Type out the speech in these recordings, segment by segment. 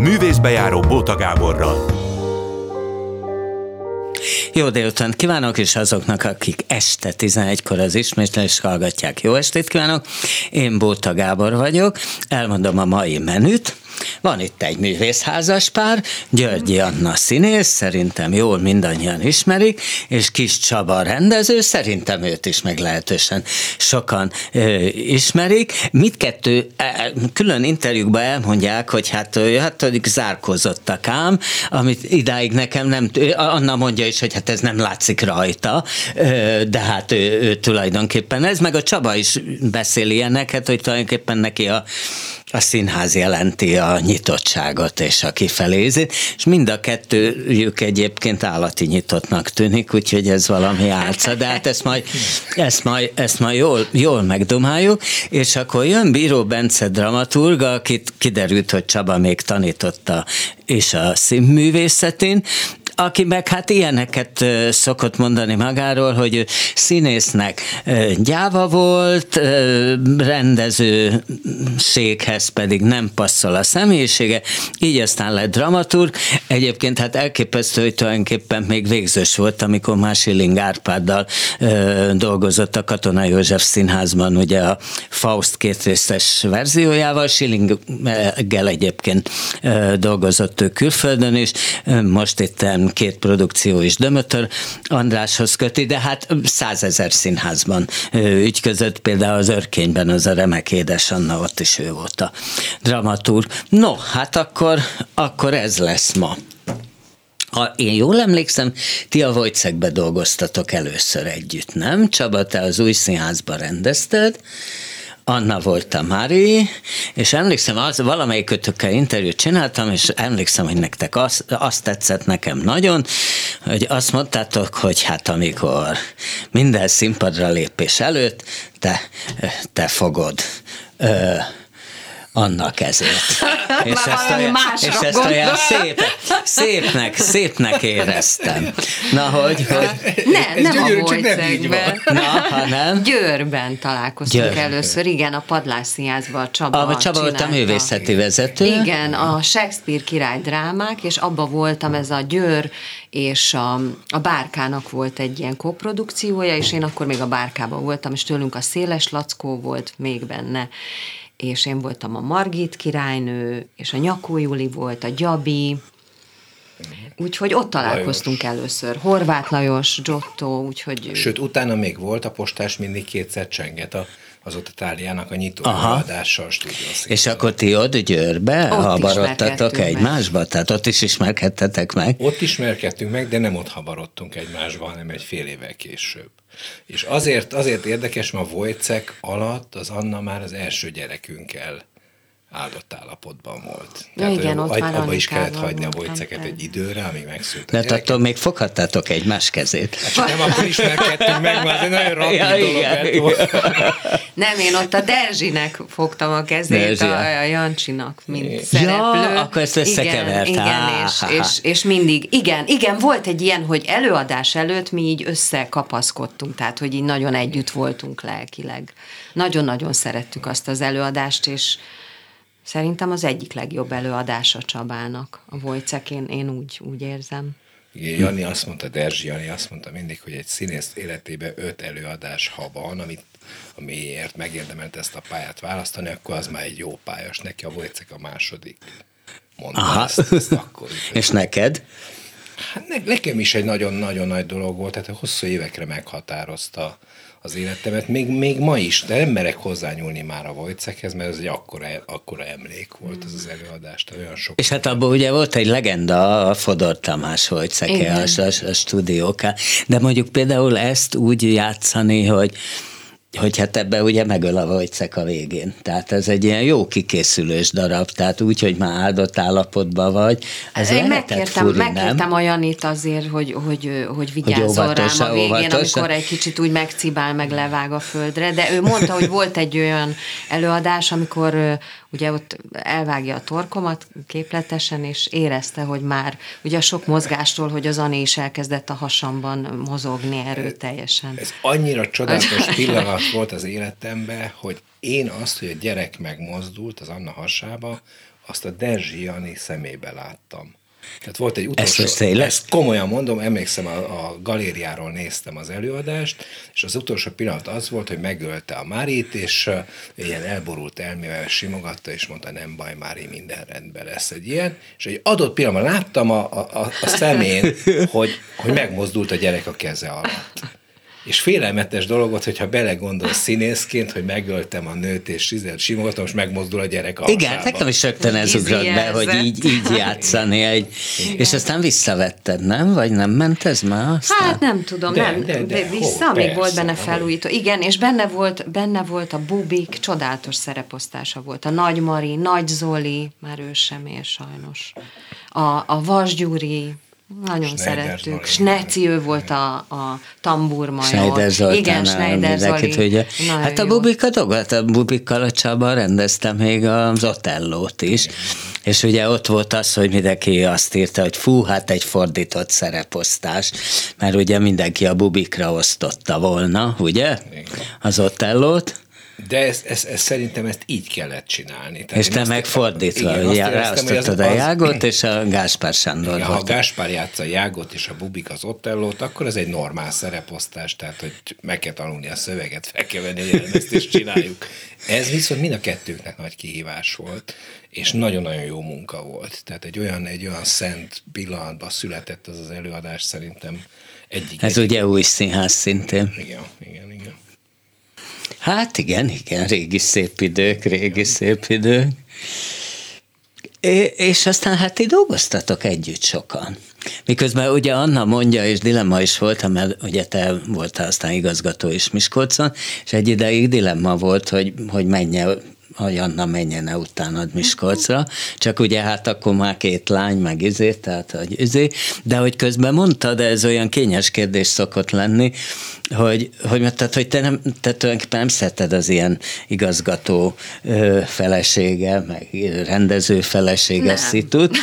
Művészbejáró Bóta Gáborral. Jó délutánt kívánok, és azoknak, akik este 11-kor az ismétlést hallgatják, jó estét kívánok. Én Bóta Gábor vagyok, elmondom a mai menüt. Van itt egy művészházas pár, Györgyi Anna színész, szerintem jól mindannyian ismerik, és Kis Csaba rendező, szerintem őt is meglehetősen sokan ismerik. Mindkettő külön interjúkban elmondják, hogy hát zárkózottak ám, amit idáig nekem nem, Anna mondja is, hogy hát ez nem látszik rajta, de hát ő tulajdonképpen ez, meg a Csaba is beszél ilyeneket, hogy tulajdonképpen neki a színház jelenti a nyitottságot és a kifelézét, és mind a kettőjük egyébként állati nyitottnak tűnik, úgyhogy ez valami álca, de hát ezt majd jól megdomáljuk, és akkor jön Bíró Bence dramaturg, akit kiderült, hogy Csaba még tanította és a színművészetén, aki meg hát ilyeneket szokott mondani magáról, hogy ő színésznek gyáva volt, rendezőséghez pedig nem passzol a személyisége, így aztán lett dramaturg. Egyébként hát elképesztő, hogy tulajdonképpen még végzős volt, amikor már Schilling Árpáddal dolgozott a Katona József Színházban, ugye a Faust kétrészes verziójával, Schillinggel egyébként dolgozott ő külföldön is, most itt 2 produkció is Dömötör Andráshoz köti, de hát 100 000 színházban ügyközött, például az Örkényben az a remek Édes Anna, ott is ő volt a dramaturg. No, hát akkor ez lesz ma. Ha én jól emlékszem, ti a Wojciechbe dolgoztatok először együtt, nem? Csaba, te az Új Színházban rendezted, Anna volt a Mári, és emlékszem, valamelyikötökkel interjút csináltam, és emlékszem, hogy nektek azt tetszett nekem nagyon, hogy azt mondtátok, hogy hát amikor minden színpadra lépés előtt, te fogod Anna kezét. És ezt olyan szépnek éreztem. Na, hogy... Nem a Wojciechben. hanem... Győrben találkoztunk először, igen, a Padlás Színházban Csaba volt a művészeti vezető. Igen, a Shakespeare király drámák, és abban voltam, ez a Győr és a Bárkának volt egy ilyen koprodukciója, és én akkor még a Bárkában voltam, és tőlünk a Széles Lackó volt még benne, és én voltam a Margit királynő, és a Nyakó Juli volt, a Gyabi, úgyhogy ott találkoztunk először. Horváth Lajos, Giotto, úgyhogy... Sőt, utána még volt a Postás mindig kétszer csenget az ott a Táliának a nyitó előadással stúdiószínben. És akkor ti ott Győrbe habarodtatok egymásba? Tehát ott is ismerkedtetek meg? Ott ismerkedtünk meg, de nem ott habarodtunk egymásba, hanem egy fél évvel később. És azért érdekes, mert a Wojciech alatt az Anna már az első gyerekünkkel áldott állapotban volt. Tehát igen, ott már abba is kellett hagyni a Wojciechet egy időre, amíg megszűnt a gyerek. De attól még foghattátok egymás kezét. Hát nem akkor ismerkedtünk meg, már ez egy nagyon rapid dolog. Nem, én ott a Derzsinek fogtam a kezét, a Jancsinak, mint szereplő. Akkor ezt összekevert. Igen, és mindig, igen, volt egy ilyen, hogy előadás előtt mi így összekapaszkodtunk, tehát, hogy így nagyon együtt voltunk lelkileg. Nagyon-nagyon szerettük azt az előadást, és szerintem az egyik legjobb előadása Csabának. A Wojciech, én úgy érzem. Igen, Jani azt mondta, Derzsi Jani azt mondta mindig, hogy egy színész életében 5 előadás, ha van, amiért megérdemelt ezt a pályát választani, akkor az már egy jó pályás. Neki a Wojciech a második. Mondta ezt akkor. És neked? Hát nekem is egy nagyon-nagyon nagy dolog volt, tehát hosszú évekre meghatározta az életemet, még ma is, de nem merek hozzányúlni már a Wojciechhez, mert ez egy akkora emlék volt az előadás, olyan sok. És hát abban ugye volt egy legenda, a Fodor Tamás Wojciech, a stúdióká, de mondjuk például ezt úgy játszani, hogy hát ebben ugye megöl a Wojciech a végén. Tehát ez egy ilyen jó kikészülős darab, tehát úgy, hogy már áldott állapotban vagy. Ez én megkértem a Janit azért, hogy vigyázzon rám a végén, amikor egy kicsit úgy megcibál, meg levág a földre, de ő mondta, hogy volt egy olyan előadás, amikor ugye ott elvágja a torkomat képletesen, és érezte, hogy már ugye sok mozgástól, hogy az Ani is elkezdett a hasamban mozogni erőteljesen. Ez annyira csodálatos pillanat volt az életemben, hogy én azt, hogy a gyerek megmozdult az Anna hasába, azt a Derzsi Jani szemébe láttam. Tehát volt egy utolsó, ezt komolyan mondom, emlékszem, a galériáról néztem az előadást, és az utolsó pillanat az volt, hogy megölte a Márit, és ilyen elborult elmével simogatta, és mondta, nem baj, Mári, minden rendben lesz egy ilyen, és egy adott pillanatban láttam a szemén, hogy megmozdult a gyerek a keze alatt. És félelmetes dolog volt, hogyha belegondolsz színészként, hogy megöltem a nőt, és simogatom, és megmozdul a gyerek alsába. Igen, nekem is rögtön ez ugrott be, hogy így játszani. És aztán visszavetted, nem? Vagy nem ment ez már? Aztán? Hát nem tudom, de vissza, még persze, volt benne felújító. Igen, és benne volt a Bubik, csodálatos szereposztása volt. A Nagy Mari, Nagy Zoli, már ő sem él sajnos. A Vas Gyuri, nagyon szerettük. Sneci, ő volt a tambúrmajor. Schneider Zoltán. Igen, Schneider Zoli. Hát a Bubika dolgot, a Bubikkal a Csaba rendeztem még az Otellót is. És ugye ott volt az, hogy mindenki azt írta, hogy fú, hát egy fordított szereposztás, mert ugye mindenki a Bubikra osztotta volna, ugye? Az Otellót. De ez szerintem ezt így kellett csinálni. Tehát és te meg fordítva, hogy ráosztottad a Jágot és a Gáspár Sándor. Ha a Gáspár játsza a Jágot és a Bubik az Otellót, akkor ez egy normál szereposztás, tehát hogy meg kell tanulni a szöveget, fel kell venni, hogy ezt is csináljuk. Ez viszont mind a kettőnknek nagy kihívás volt, és nagyon-nagyon jó munka volt. Tehát egy olyan szent pillanatban született az előadás szerintem egyik. Ez ugye új színház szintén. Igen. Hát igen, régi szép idők. És aztán hát ti dolgoztatok együtt sokan. Miközben ugye Anna mondja, és dilemma is volt, mert ugye te voltál aztán igazgató is Miskolcon, és egy ideig dilemma volt, hogy Anna menjen-e utánad Miskolcra, csak ugye hát akkor már 2 lány, meg tehát hogy de hogy közben mondtad, ez olyan kényes kérdés szokott lenni, hogy te tulajdonképpen nem szereted az ilyen igazgató felesége, meg rendező felesége szitut.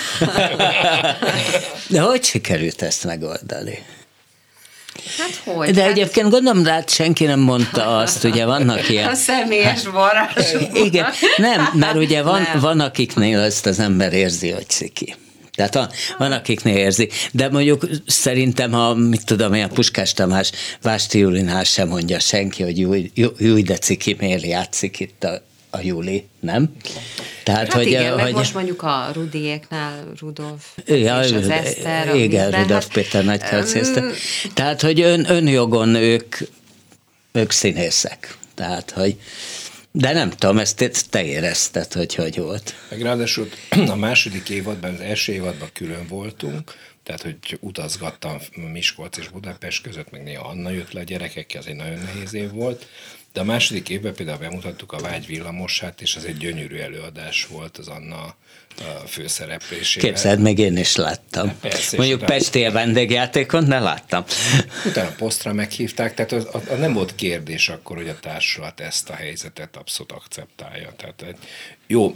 De hogy sikerült ezt megoldani? Hát hogy? De egyébként gondolom rád senki nem mondta azt, ugye vannak ilyen... A személyes varázs. Igen, nem, mert ugye van akiknél ezt az ember érzi, hogy ciki. Tehát van, akiknél érzi. De mondjuk szerintem, ha a Puskás Tamás Vásti Julinál sem mondja senki, hogy Júj, de ciki, miért játszik itt a Júli, nem? Tehát, hát igen, meg most mondjuk a Rudiéknál Rudolf és az Eszter. Igen, Rudolf Péter Nagykalci Eszter. Tehát, hogy önjogon ők színészek. Tehát, hogy de nem tudom, ezt te érezted, hogy volt. Meg ráadásul a második évadban, az első évadban külön voltunk, tehát, hogy utazgattam Miskolc és Budapest között, meg néha Anna jött le a gyerekekkel, az egy nagyon nehéz év volt, de a második évben például bemutattuk a Vágy villamosát, és az egy gyönyörű előadás volt az Anna főszereplésével. Képzeld, meg én is láttam. Persze, mondjuk Pesti vendégjátékon, de láttam. Utána posztra meghívták, tehát az nem volt kérdés akkor, hogy a társulat ezt a helyzetet abszolút akceptálja. Tehát jó,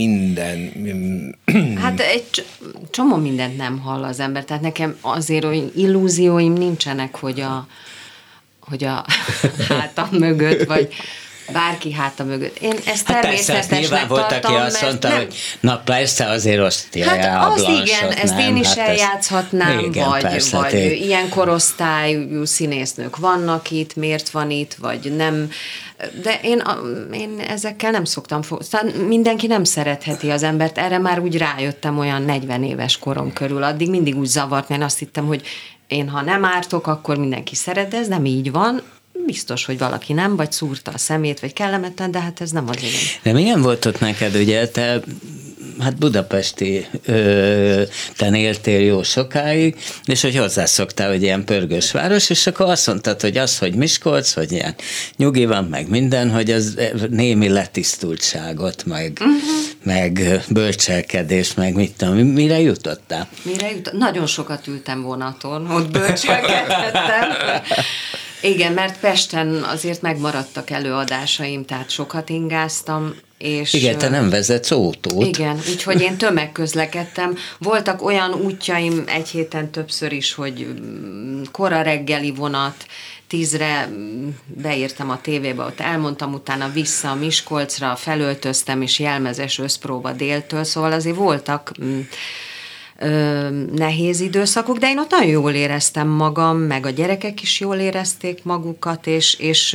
Hát egy csomó mindent nem hall az ember, tehát nekem azért olyan illúzióim nincsenek, hogy a hátam mögött, vagy bárki háta mögött. Én ezt természetesnek volt, aki azt mondta, hogy na persze, azért osztja hát az igen, ezt én is eljátszhatnám, igen, vagy ilyen korosztályú színésznők vannak itt, miért van itt, vagy nem. De én ezekkel nem szoktam mindenki nem szeretheti az embert, erre már úgy rájöttem olyan 40 éves korom körül, addig mindig úgy zavart, mert azt hittem, hogy én ha nem ártok, akkor mindenki szeret, de ez nem így van. Biztos, hogy valaki nem, vagy szúrta a szemét, vagy kellemetlen, de hát ez nem az én. De milyen volt ott neked, ugye, te hát budapesti ten éltél jó sokáig, és hogy hozzászoktál, hogy ilyen pörgős város, és akkor azt mondtad, hogy az, hogy Miskolc, hogy ilyen nyugi van, meg minden, hogy az némi letisztultságot, meg bölcselkedés, meg mit tudom, mire jutottál? Nagyon sokat ültem vonaton, ott bölcselkedhettem. Igen, mert Pesten azért megmaradtak előadásaim, tehát sokat ingáztam, és... Igen, te nem vezetsz autót. Igen, úgyhogy én tömegközlekedtem. Voltak olyan útjaim egy héten többször is, hogy kora reggeli vonat, 10-re beírtam a tévébe, ott elmondtam, utána vissza a Miskolcra, felöltöztem, és jelmezes összpróba déltől, szóval azért voltak nehéz időszakok, de én ott nagyon jól éreztem magam, meg a gyerekek is jól érezték magukat, és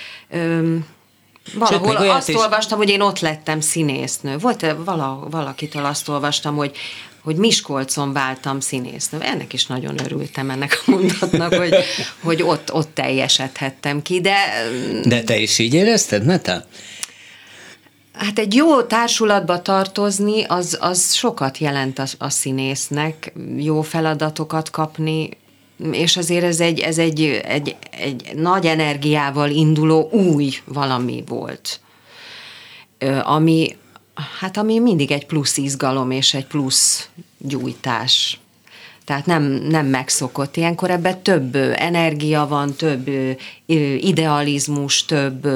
valahol azt olvastam, hogy én ott lettem színésznő. Volt valakitől azt olvastam, hogy Miskolcon váltam színésznő. Ennek is nagyon örültem, ennek a mondatnak, hogy ott teljesedhettem ki, De te is így érezted, Meta? Hát egy jó társulatba tartozni, az sokat jelent a színésznek, jó feladatokat kapni, és azért ez egy nagy energiával induló új valami volt, ami mindig egy plusz izgalom és egy plusz gyújtás. Tehát nem megszokott. Ilyenkor ebben több energia van, több idealizmus, több,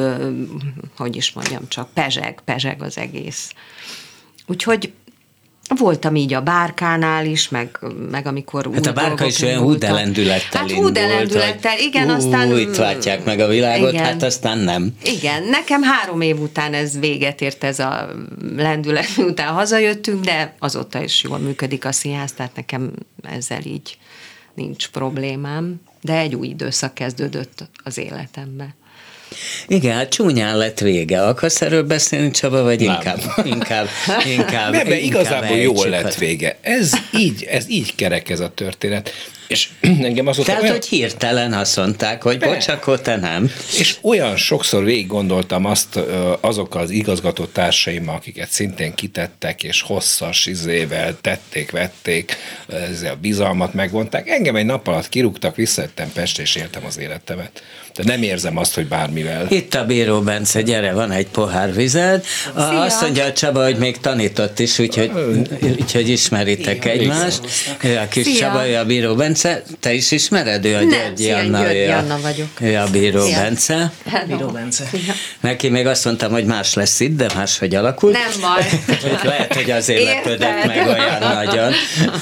csak pezseg az egész. Úgyhogy voltam így a Bárkánál is, meg amikor Hát a Bárka is olyan húdelendülettel indult. Húdelendülettel, igen, aztán... Itt váltják meg a világot, igen, hát aztán nem. Igen, nekem 3 év után ez véget ért, ez a lendület, után hazajöttünk, de azóta is jól működik a színház, tehát nekem ezzel így nincs problémám, de egy új időszak kezdődött az életembe. Igen, hát csúnyán lett vége. Akarsz erről beszélni, Csaba, vagy inkább nem, igazából jól lett vége. Ez így kerek ez a történet. És engem azóta tehát, hogy hirtelen azt mondták, hogy bocs, akkor te nem. És olyan sokszor végig gondoltam azokkal az igazgató társaimmal, akiket szintén kitettek, és hosszas izével vették, a bizalmat megvonták. Engem egy nap alatt kirúgtak, visszajöttem Pestre, és éltem az életemet. De nem érzem azt, hogy bármivel. Itt a Bíró Bence, gyere, van egy pohár vized. Azt mondja a Csaba, hogy még tanított is, úgyhogy ismeritek egymást. A kis Csaba, ő a Bíró Bence. Te is ismered? Ő a Györgyi Anna. Györgyi Anna vagyok. Ő a Bíró Bence. Bíró Bence. Neki még azt mondtam, hogy más lesz itt, de máshogy alakult. Nem baj. Lehet, hogy azért lepődött meg olyan nagyon.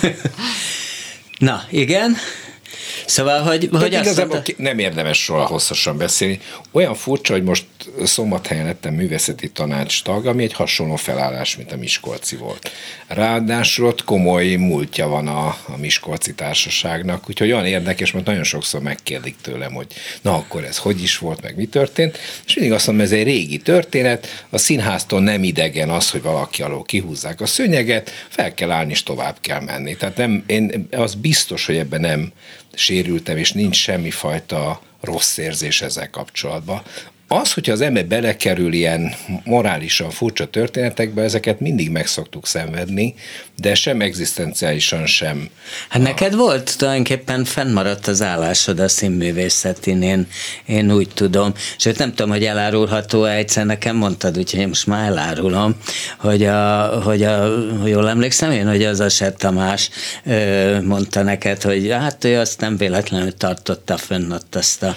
Na, igen. Szóval, hogy igazából nem érdemes róla hosszasan beszélni. Olyan furcsa, hogy most Szombathelyen lettem művészeti tanácstag, ami egy hasonló felállás, mint a miskolci volt. Ráadásul ott komoly múltja van a miskolci társaságnak, úgyhogy olyan érdekes, mert nagyon sokszor megkérdik tőlem, hogy na akkor ez hogy is volt, meg mi történt, és mindig azt mondom, ez egy régi történet, a színháztól nem idegen az, hogy valaki alól kihúzzák a szőnyeget, fel kell állni, és tovább kell menni. Tehát én az biztos, hogy ebben nem sérültem, és nincs semmifajta rossz érzés ezzel kapcsolatban. Az, hogyha az ember belekerül ilyen morálisan furcsa történetekbe, ezeket mindig meg szoktuk szenvedni, de sem egzisztenciálisan sem. Hát neked volt tulajdonképpen fennmaradt az állásod a színművészetén, én úgy tudom. Sőt, nem tudom, hogy elárulható-e, egyszer nekem mondtad, úgyhogy én most már elárulom, hogy jól emlékszem én, hogy az Asser Tamás mondta neked, hogy hát ő azt nem véletlenül tartotta fönn ott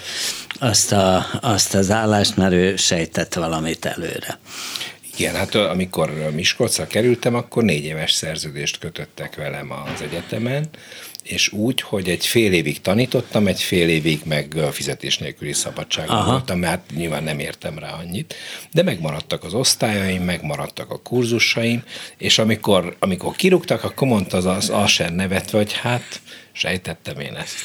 azt az állást, mert ő sejtett valamit előre. Igen, hát amikor Miskolcra kerültem, akkor 4 éves szerződést kötöttek velem az egyetemen, és úgy, hogy egy fél évig tanítottam, egy fél évig meg fizetés nélküli szabadságon voltam, mert nyilván nem értem rá annyit, de megmaradtak az osztályaim, megmaradtak a kurzusaim, és amikor kirúgtak, akkor mondta az Asser nevetve, hogy hát sejtettem én ezt.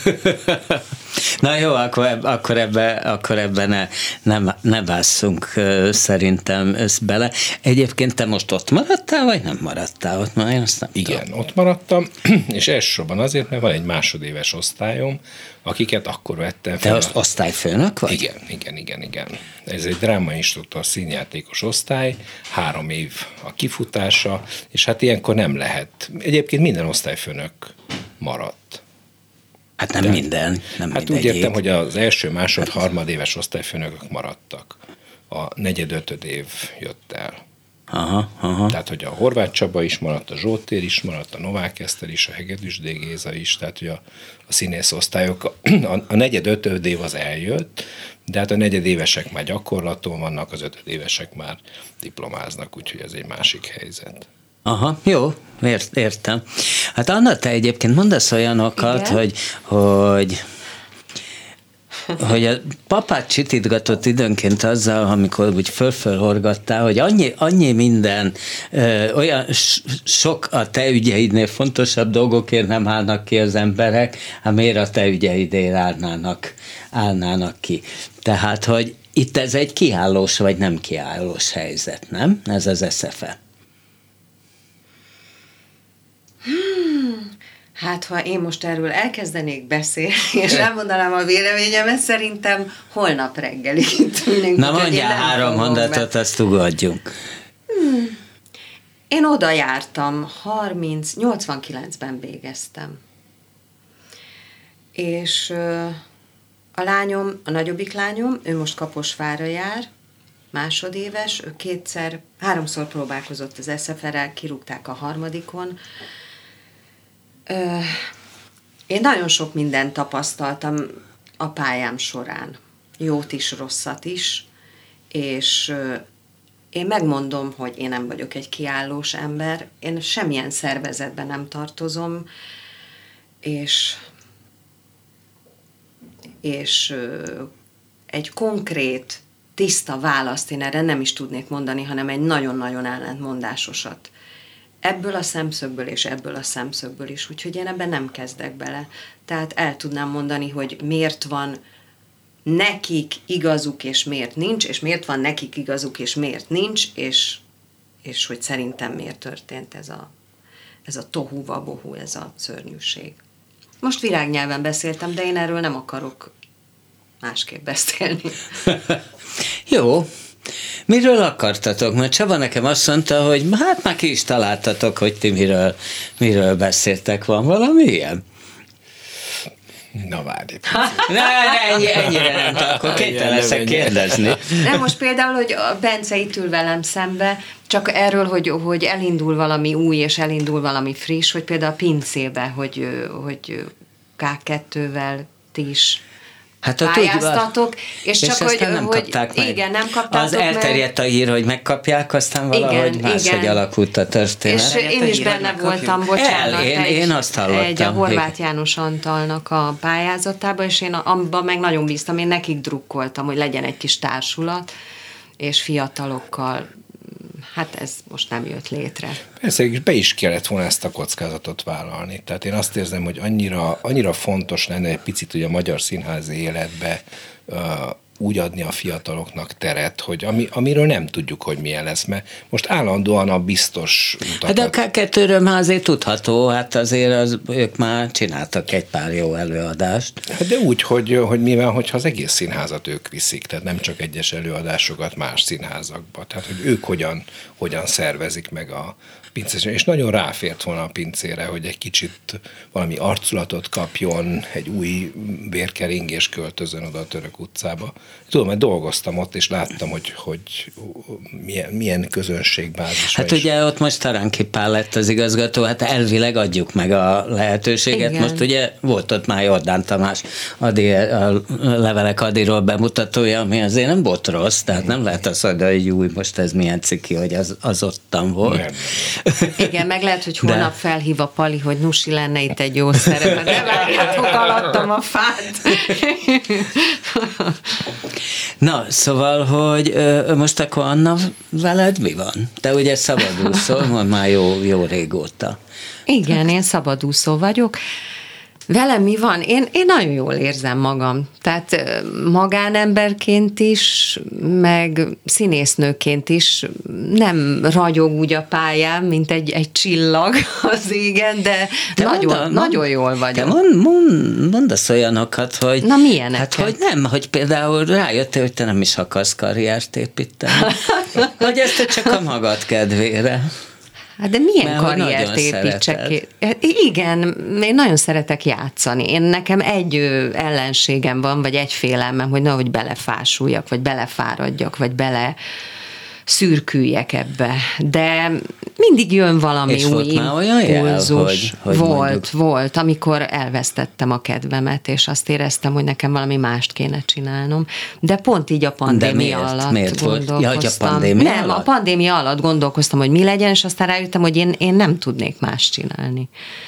Na jó, akkor ebbe ne vásszunk szerintem bele. Egyébként te most ott maradtál, vagy nem maradtál ott? Már én azt nem igen, tudom. Ott maradtam, és elsősorban azért, mert van egy másodéves osztályom, akiket akkor vettem fel. Te osztályfőnök vagy? Igen. Ez egy drámainstruktor színjátékos osztály, 3 év a kifutása, és hát ilyenkor nem lehet. Egyébként minden osztályfőnök maradt. Hát nem minden. Hát úgy értem, hogy az első, harmadéves osztályfőnökök maradtak. A 4.-5. év jött el. Aha. Tehát, hogy a Horváth Csaba is maradt, a Zsoltér is maradt, a Novák Eszter is, a Hegedűs D. Géza is, tehát, hogy a színész osztályok, a 4.-5. év az eljött, de hát a 4. évesek már gyakorlaton vannak, az 5. évesek már diplomáznak, úgyhogy ez egy másik helyzet. Aha, jó, értem. Hát Anna, te egyébként mondasz olyanokat, hogy hogy a papát csitítgatott időnként azzal, amikor úgy fölhorgattál, hogy annyi minden, olyan sok a te ügyeidnél fontosabb dolgokért nem állnak ki az emberek, hát miért a te ügyeidért állnának ki. Tehát, hogy itt ez egy kiállós vagy nem kiállós helyzet, nem? Ez az SZFE. Hát, ha én most erről elkezdenék beszélni, és elmondanám a véleményemet, szerintem holnap reggelig itt ülnénk. Na mondjál 3 mondatot, azt ugadjunk. Én oda jártam, 89-ben végeztem. És a lányom, a nagyobbik lányom, ő most Kaposvárra jár, másodéves, ő 3-szor próbálkozott az SZFE-rel, kirúgták a 3. Én nagyon sok mindent tapasztaltam a pályám során, jót is, rosszat is, és én megmondom, hogy én nem vagyok egy kiállós ember, én semmilyen szervezetben nem tartozom, és egy konkrét, tiszta választ én erre nem is tudnék mondani, hanem egy nagyon-nagyon ellentmondásosat. Ebből a szemszögből és ebből a szemszögből is, úgyhogy én ebben nem kezdek bele. Tehát el tudnám mondani, hogy miért van nekik igazuk és miért nincs, és miért van nekik igazuk és miért nincs, és hogy szerintem miért történt ez a tohu-vabohu, ez a szörnyűség. Most virágnyelven beszéltem, de én erről nem akarok másképp beszélni. Jó. Miről akartatok? Mert Csaba nekem azt mondta, hogy hát már ki is találtatok, hogy ti miről beszéltek. Van valami ilyen? Na várj. Ennyire nem, akkor kétlen leszek kérdezni. Nem, most például, hogy a Bence itt ül velem szembe, csak erről, hogy elindul valami új, és elindul valami friss, hogy például a pincébe, hogy K2-vel ti is pályáztatok, és csak hogy nem kapták meg. Igen, nem kaptátok az elterjedt a hír, hogy megkapják, aztán valahogy máshogy alakult a történet. És én is benne voltam, bocsánat. Én azt hallottam. A Horváth János Antalnak a pályázatában, és én abban meg nagyon bíztam, én nekik drukkoltam, hogy legyen egy kis társulat, és fiatalokkal. Hát ez most nem jött létre. Persze, és be is kellett volna ezt a kockázatot vállalni. Tehát én azt érzem, hogy annyira fontos lenne egy picit ugye a magyar színházi életbe úgy adni a fiataloknak teret, hogy amiről nem tudjuk, hogy milyen lesz, mert most állandóan a biztos utakat... De a K2-ről már azért tudható, hát azért ők már csináltak egy pár jó előadást. Hát de úgy, hogy mivel, hogyha az egész színházat ők viszik, tehát nem csak egyes előadásokat más színházakba, tehát hogy ők hogyan szervezik meg a pincét, és nagyon ráfért volna a pincére, hogy egy kicsit valami arculatot kapjon, egy új vérkeringés költözön oda a Török utcába. Tudom, mert dolgoztam ott, és láttam, hogy milyen közönségbázis. Hát ugye ott most Taranki Pál lett az igazgató, hát elvileg adjuk meg a lehetőséget. Igen. Most ugye volt ott már Jordán Tamás a Levelek Adiról bemutatója, ami azért nem volt rossz, tehát nem lehet azt mondani, hogy új, most ez milyen ciki, hogy az ottan volt. Nem. Igen, meg lehet, hogy holnap felhív a Pali, hogy Nusi lenne itt egy jó szerep, de várjátok, alattam a fát. Na, szóval, hogy most akkor Anna, veled mi van? Te ugye szabadúszol, már jó régóta. Igen, én szabadúszó vagyok. Velem mi van? Én nagyon jól érzem magam. Tehát magánemberként is, meg színésznőként is nem ragyog úgy a pályám, mint egy csillag az égen, de nagyon jól vagyok. Te mondasz olyanokat, hogy... Na milyeneket? Hát, hogy nem, hogy például rájöttél, hogy te nem is akarsz karriert építeni. Hogy ezt te csak a magad kedvére. Hát de milyen karriert építsek? Igen, én nagyon szeretek játszani. Nekem egy ellenségem van, vagy egy félelmem, hogy nehogy belefásuljak, vagy belefáradjak, vagy bele szürküljek ebbe. De mindig jön valami és új impulzus. Volt, amikor elvesztettem a kedvemet, és azt éreztem, hogy nekem valami mást kéne csinálnom. De pont így a pandémia alatt miért gondolkoztam. Ja, hogy a pandémia alatt? A pandémia alatt gondolkoztam, hogy mi legyen, és aztán rájöttem, hogy én nem tudnék más csinálni.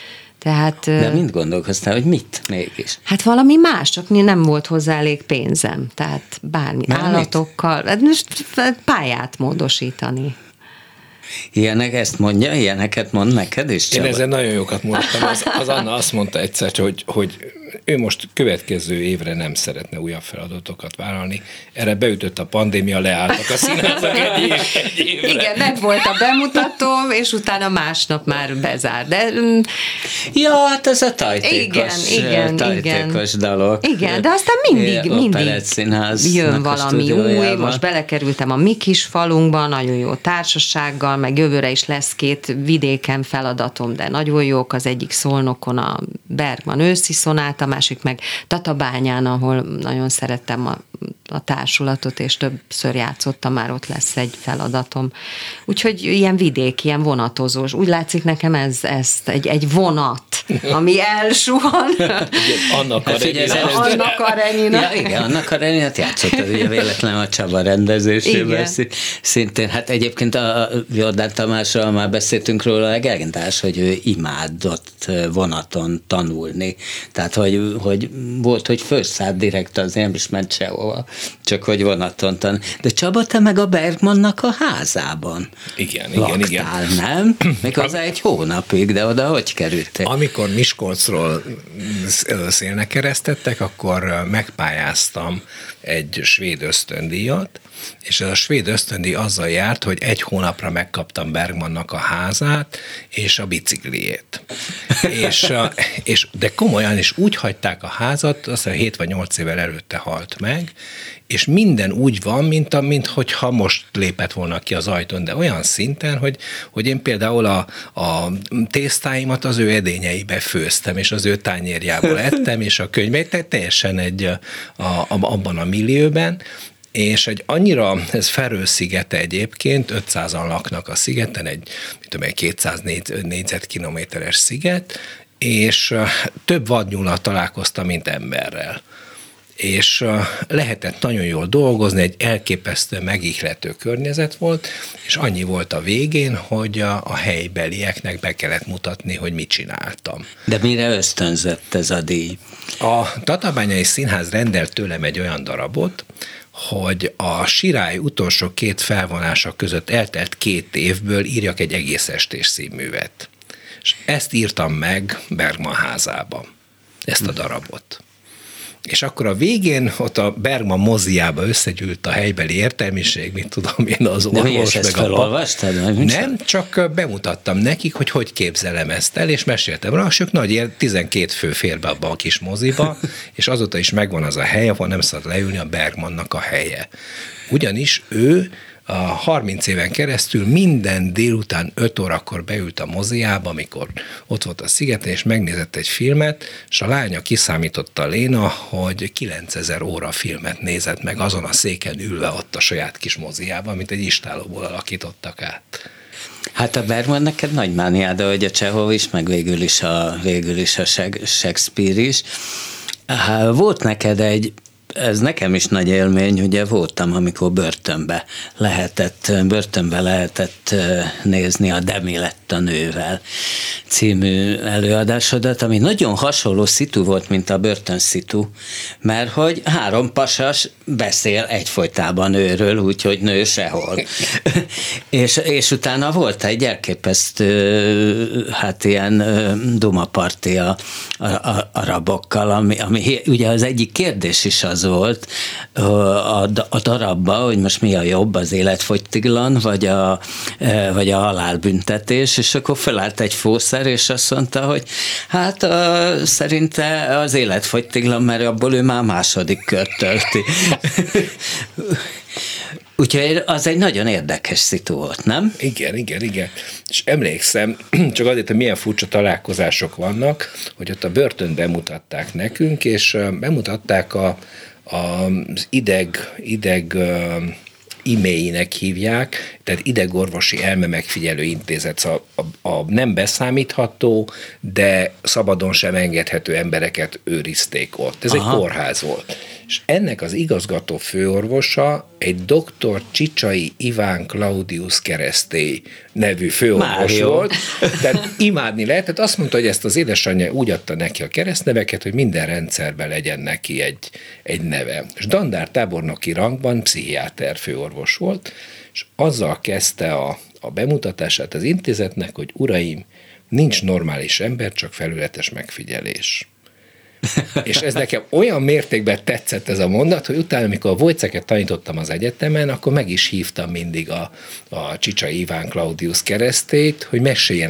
Tehát, de mit gondolkoztál, hogy mit mégis? Hát valami más, csak nem volt hozzá elég pénzem. Tehát bármi állatokkal, most pályát módosítani. Ezt mondja, ilyeneket mond neked is, Csaba? Én ezen nagyon jókat mondtam. Az Anna azt mondta egyszer, hogy ő most következő évre nem szeretne újabb feladatokat vállalni. Erre beütött a pandémia, leálltak a színházak egy évre. Igen, meg volt a bemutatóm, és utána másnap már bezár. De, ja, hát ez a tajtékos dalok. Igen, de aztán mindig jön valami új. Most belekerültem a mi kis falunkba, nagyon jó társasággal, meg jövőre is lesz 2 vidéken feladatom, de nagyon jók. Az egyik Szolnokon a Bergman őszi szonáta, a másik meg Tatabányán, ahol nagyon szerettem a társulatot, és többször játszottam, már ott lesz egy feladatom. Úgyhogy ilyen vidék, ilyen vonatozós. Úgy látszik nekem ez egy vonat, ami elsuhan. Anna Karenina. Ja, igen, Anna Kareninát játszottad, ugye véletlenül a Csaba rendezésében. Szintén, hát egyébként a Jordán Tamásról már beszéltünk róla, legendás, hogy ő imádott vonaton tanulni. Tehát, hogy volt, hogy fölszállt direkt, az nem is ment sehova, csak hogy vonaton tanul. De Csaba, te meg a Bergmannak a házában laktál, nem? Még az 1 hónapig, de oda hogy kerültél? Amikor Miskolcról szélnek keresztettek, akkor megpályáztam egy svéd ösztöndíjat, és ez a svéd ösztöndíj azzal járt, hogy 1 hónapra megkaptam Bergmannak a házát és a bicikliét. De komolyan is úgy hagyták a házat, azt hiszem 7 vagy 8 évvel előtte halt meg, és minden úgy van, mint hogyha most lépett volna ki az ajtón, de olyan szinten, hogy én például a tésztáimat az ő edényeibe főztem, és az ő tányérjából ettem, és a könyveit teljesen abban a millióben, és annyira, ez Feröer-szigete egyébként, 500-an laknak a szigeten, egy 200 négyzetkilométeres sziget, és több vadnyullal találkoztam, mint emberrel. És lehetett nagyon jól dolgozni, egy elképesztő megihlető környezet volt, és annyi volt a végén, hogy a helybelieknek be kellett mutatni, hogy mit csináltam. De mire ösztönzött ez a díj? A Tatabányai Színház rendelt tőlem egy olyan darabot, hogy a Sirály utolsó 2 felvonása között eltelt 2 évből írjak egy egész estés színművet. És ezt írtam meg Bergman házába, ezt a darabot. És akkor a végén ott a Bergman moziába összegyűlt a helybeli értelmiség, mit tudom én, az orvos, meg a nem, csak bemutattam nekik, hogy képzelem ezt el, és meséltem rá, ők nagy 12 fő fér be abba a kis moziba, és azóta is megvan az a hely, ahol nem szabad leülni, a Bergmannak a helye. Ugyanis ő a 30 éven keresztül minden délután 5 órakor beült a moziába, amikor ott volt a szigeten, és megnézett egy filmet, és a lánya kiszámította, Léna, hogy 9000 óra filmet nézett meg azon a széken ülve ott a saját kis moziában, amit egy istálóból alakítottak át. Hát a Bergman neked nagy mániád, ahogy a Csehov is, meg végül is a Shakespeare is. Volt neked ez nekem is nagy élmény, ugye voltam, amikor börtönbe lehetett nézni a De mi lett a nővel című előadásodat, ami nagyon hasonló szitu volt, mint a börtön szitu, mert hogy 3 pasas beszél egyfolytában őről, úgyhogy nő sehol. és utána volt egy elképesztő, hát ilyen dumaparti a rabokkal, ami ugye az egyik kérdés is az volt a darabban, hogy most mi a jobb, az életfogytiglan, vagy a halálbüntetés, és akkor felállt egy fószer, és azt mondta, hogy hát szerinte az életfogytiglan, mert abból ő már második kört tölti. Úgyhogy az egy nagyon érdekes szitu volt, nem? Igen. És emlékszem, csak azért, hogy milyen furcsa találkozások vannak, hogy ott a börtön bemutatták nekünk, és bemutatták az ideg iméinek hívják, tehát idegorvosi elmemegfigyelő intézet, szóval a nem beszámítható, de szabadon sem engedhető embereket őrizték ott. Ez egy kórház volt. És ennek az igazgató főorvosa egy dr. Csicsai Iván Claudius Keresztély nevű főorvos volt. Tehát imádni lehet. Tehát azt mondta, hogy ezt az édesanyja úgy adta neki a keresztneveket, hogy minden rendszerben legyen neki egy neve. És dandár tábornoki rangban pszichiáter főorvos volt, és azzal kezdte a bemutatását az intézetnek, hogy uraim, nincs normális ember, csak felületes megfigyelés. És ez nekem olyan mértékben tetszett ez a mondat, hogy utána, amikor a Wojciechot tanítottam az egyetemen, akkor meg is hívtam mindig a Csicsai Iván Claudius Keresztélyt, hogy meséljen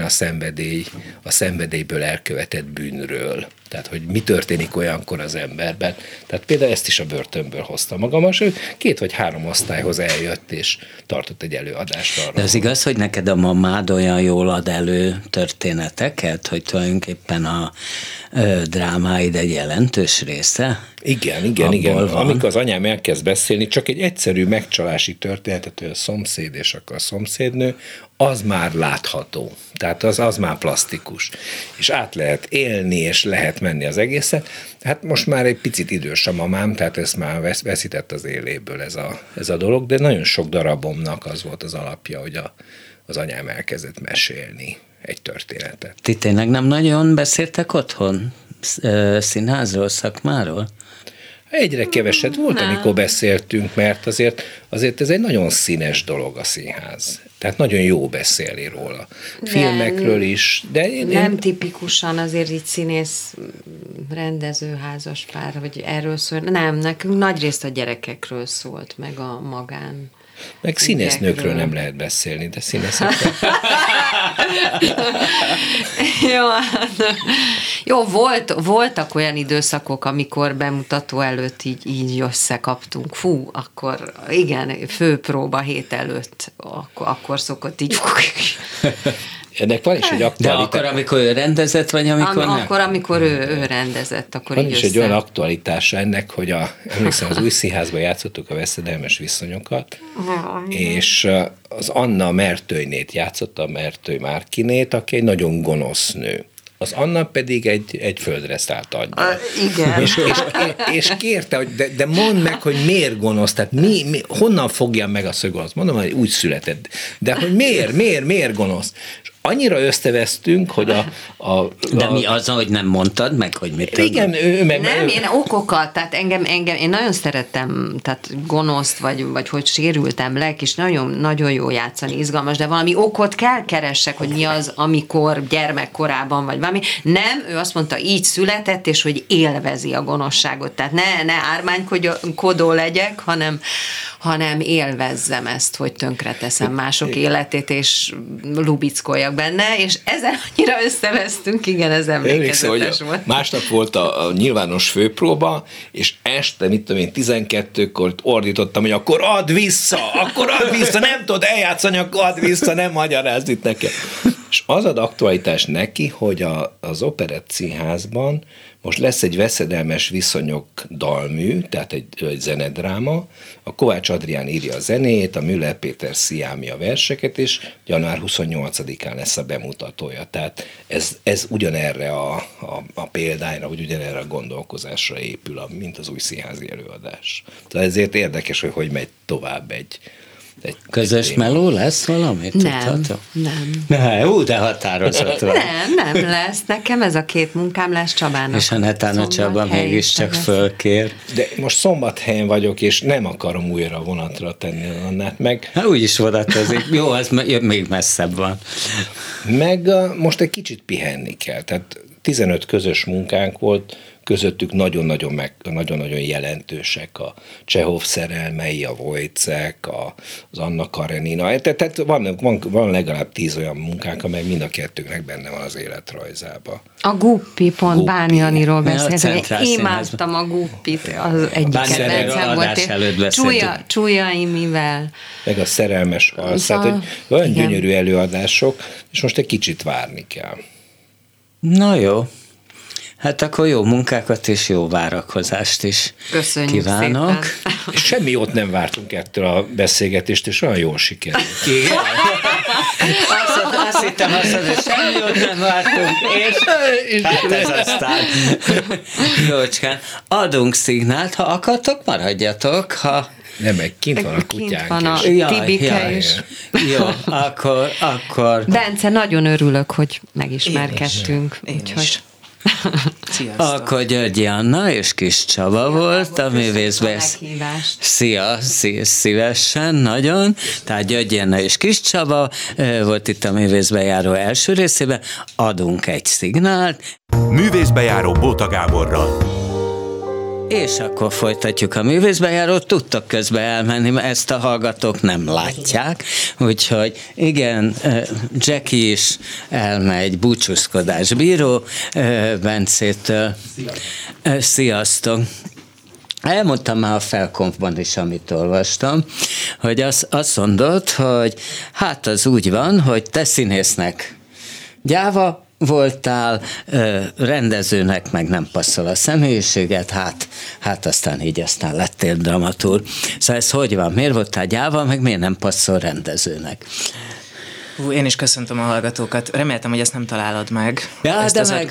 a szenvedélyből elkövetett bűnről. Tehát, hogy mi történik olyankor az emberben. Tehát például ezt is a börtönből hozta magam, és ő 2 vagy 3 osztályhoz eljött, és tartott egy előadást arra. De az igaz, hogy neked a mamád olyan jól ad elő történeteket, hogy tulajdonképpen a drámáid egy jelentős része? Igen. Amikor az anyám elkezd beszélni, csak egy egyszerű megcsalási történetet, hogy a szomszéd és akkor a szomszédnő, az már látható. Tehát az már plastikus. És át lehet élni, és lehet menni az egészet. Hát most már egy picit idős a mamám, tehát ezt már veszített az éléből ez a dolog, de nagyon sok darabomnak az volt az alapja, hogy az anyám elkezdett mesélni egy történetet. Ti tényleg nem nagyon beszéltek otthon színházról, szakmáról? Egyre keveset volt, amikor beszéltünk, mert azért ez egy nagyon színes dolog a színház. Tehát nagyon jó beszélni róla. Filmekről is. De nem tipikusan azért így színész rendező házas pár, hogy erről szól. Nem, nekünk nagyrészt a gyerekekről szólt, meg a magán. Meg színésznőkről nem lehet beszélni, de színészekről. Jó, voltak olyan időszakok, amikor bemutató előtt így összekaptunk. Fú, akkor igen, főpróba hét előtt, akkor szokott így... Ennek van is egy aktualitás. De akkor, amikor ő rendezett, vagy amikor nem? Akkor, amikor ő rendezett, akkor van is egy olyan aktualitása ennek, hogy emlékszem, az Új Színházban játszottuk a Veszedelmes viszonyokat, és az Anna Mertőnét játszotta, a Mertői Márkinét, aki egy nagyon gonosz nő. Az Anna pedig egy földre szállt anyja. Igen. És kérte, hogy de mondd meg, hogy miért gonosz, tehát honnan fogja meg azt, hogy gonosz. Mondom, hogy úgy született. De hogy miért gonosz? És annyira összevesztünk, hogy De mi az, hogy nem mondtad meg, hogy mit? Igen, Nem, én okokat, tehát engem én nagyon szeretem, tehát gonoszt, vagy hogy sérültem lelk, és nagyon, nagyon jó játszani, izgalmas, de valami okot kell keressek, hogy mi az, amikor gyermekkorában, vagy valami. Nem, ő azt mondta, így született, és hogy élvezi a gonoszságot. Tehát ne ármánykodó legyek, hanem élvezzem ezt, hogy tönkreteszem mások életét, és lubickoljak benne, és ezen annyira összevesztünk, igen, ez emlékezetes volt. Másnap volt a nyilvános főpróba, és este, 12-kor ordítottam, hogy akkor add vissza, nem tudod eljátszani, akkor add vissza, nem magyarázd itt nekem. És az ad aktualitás neki, hogy az Operett Színházban most lesz egy Veszedelmes viszonyok dalmű, tehát egy zenedráma, a Kovács Adrián írja a zenét, a Müller Péter Sziámi a verseket, és január 28-án lesz a bemutatója. Tehát ez ugyanerre a példányra, vagy ugyanerre a gondolkozásra épül, mint az új színházi előadás. Tehát ezért érdekes, hogy megy tovább egy közös meló lesz valami? Nem. De határozott van. Nem lesz. Nekem ez a 2 munkám lesz, Csabának. És a netán a Csaba mégiscsak fölkér. De most Szombathelyen vagyok, és nem akarom újra vonatra tenni Annát meg. Hát úgyis vonatozik. Jó, az még messzebb van. Meg most egy kicsit pihenni kell. Tehát 15 közös munkánk volt, közöttük nagyon-nagyon jelentősek a Csehov szerelmei, a Wojciech, az Anna Karenina. Tehát van legalább 10 olyan munkánk, amely mind a kettőknek benne van az életrajzába. A Guppi, pont Bányi Aniról beszéltem. Én imádtam a Guppit, az egyik kedvencem volt. Csúlyaimivel. Meg a szerelmes halsz. Tehát, hogy olyan gyönyörű előadások, és most egy kicsit várni kell. Na jó. Hát akkor jó munkákat és jó várakozást is köszönjük kívánok. Szépen. semmi jót nem vártunk ettől a beszélgetést, és olyan jól sikerült. Igen? Azt hittem, hogy semmi jót nem vártunk, és hát ez aztán jócskán. Adunk szignált, ha akartok, maradjatok, ha... Nem, meg kint van a kutyánk. Kint van a Tibike is. Jó, akkor... Bence, nagyon örülök, hogy megismerkedtünk. Én is. Sziasztok. Akkor Györgyi Anna és Kis Csaba volt a művészben. Szia, szívesen, nagyon. Tehát Györgyi Anna és Kis Csaba volt itt a művészbejáró első részében. Adunk egy szignált. Művészbejáró Bóta Gáborral. És akkor folytatjuk a művészbejárót, tudtok közben elmenni, mert ezt a hallgatók nem látják, úgyhogy igen, Jackie is elmegy, búcsúzkodás bíró Bencétől. Sziasztok! Elmondtam már a Felkonfban is, amit olvastam, hogy azt mondod, hogy hát az úgy van, hogy te színésznek gyáva voltál, rendezőnek meg nem passzol a személyiséget, hát aztán így aztán lettél dramaturg. Szóval ez hogy van? Miért voltál gyáva, meg miért nem passzol rendezőnek? Én is köszöntöm a hallgatókat. Reméltem, hogy ezt nem találod meg. Ja,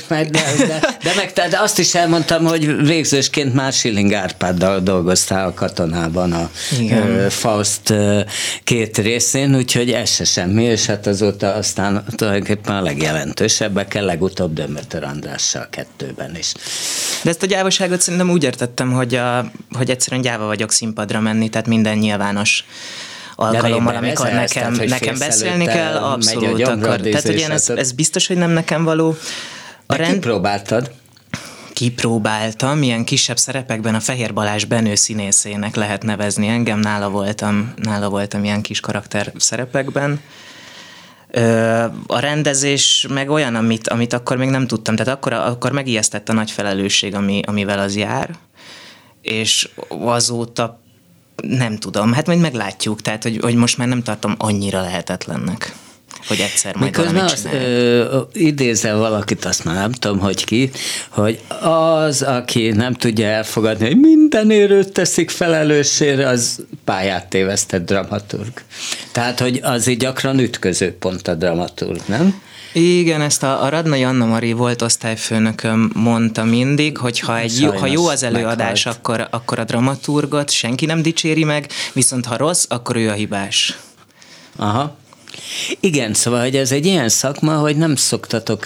de azt is elmondtam, hogy végzősként már Schilling Árpáddal dolgoztál a Katonában a Faust két részén, úgyhogy ez se semmi, és hát azóta aztán tulajdonképpen a legjelentősebbekkel, legutóbb Dömötör Andrással 2-ben is. De ezt a gyávaságot szerintem úgy értettem, hogy egyszerűen gyáva vagyok színpadra menni, tehát minden nyilvános alkalommal, amikor nekem beszélni kell, abszolút akar. Tehát, hogy ez biztos, hogy nem nekem való. Kipróbáltad? Kipróbáltam, ilyen kisebb szerepekben a Fehér Balázs Benő színészének lehet nevezni engem, nála voltam ilyen kis karakter szerepekben. A rendezés meg olyan, amit akkor még nem tudtam, tehát akkor megijesztett a nagy felelősség, amivel az jár, és azóta nem tudom, hát majd meglátjuk, tehát hogy most már nem tartom annyira lehetetlennek, hogy egyszer majd valamit csinálják. Idézel valakit, azt már nem tudom, hogy ki, hogy az, aki nem tudja elfogadni, hogy mindenért őt teszik felelősségre, az pályát tévesztett dramaturg. Tehát, hogy az így gyakran ütköző pont a dramaturg, nem? Igen, ezt a Radnai Anna-Mari volt osztályfőnököm mondta mindig, hogy ha jó az előadás, akkor a dramaturgot senki nem dicséri meg, viszont ha rossz, akkor ő a hibás. Aha. Igen, szóval, hogy ez egy ilyen szakma, hogy nem szoktak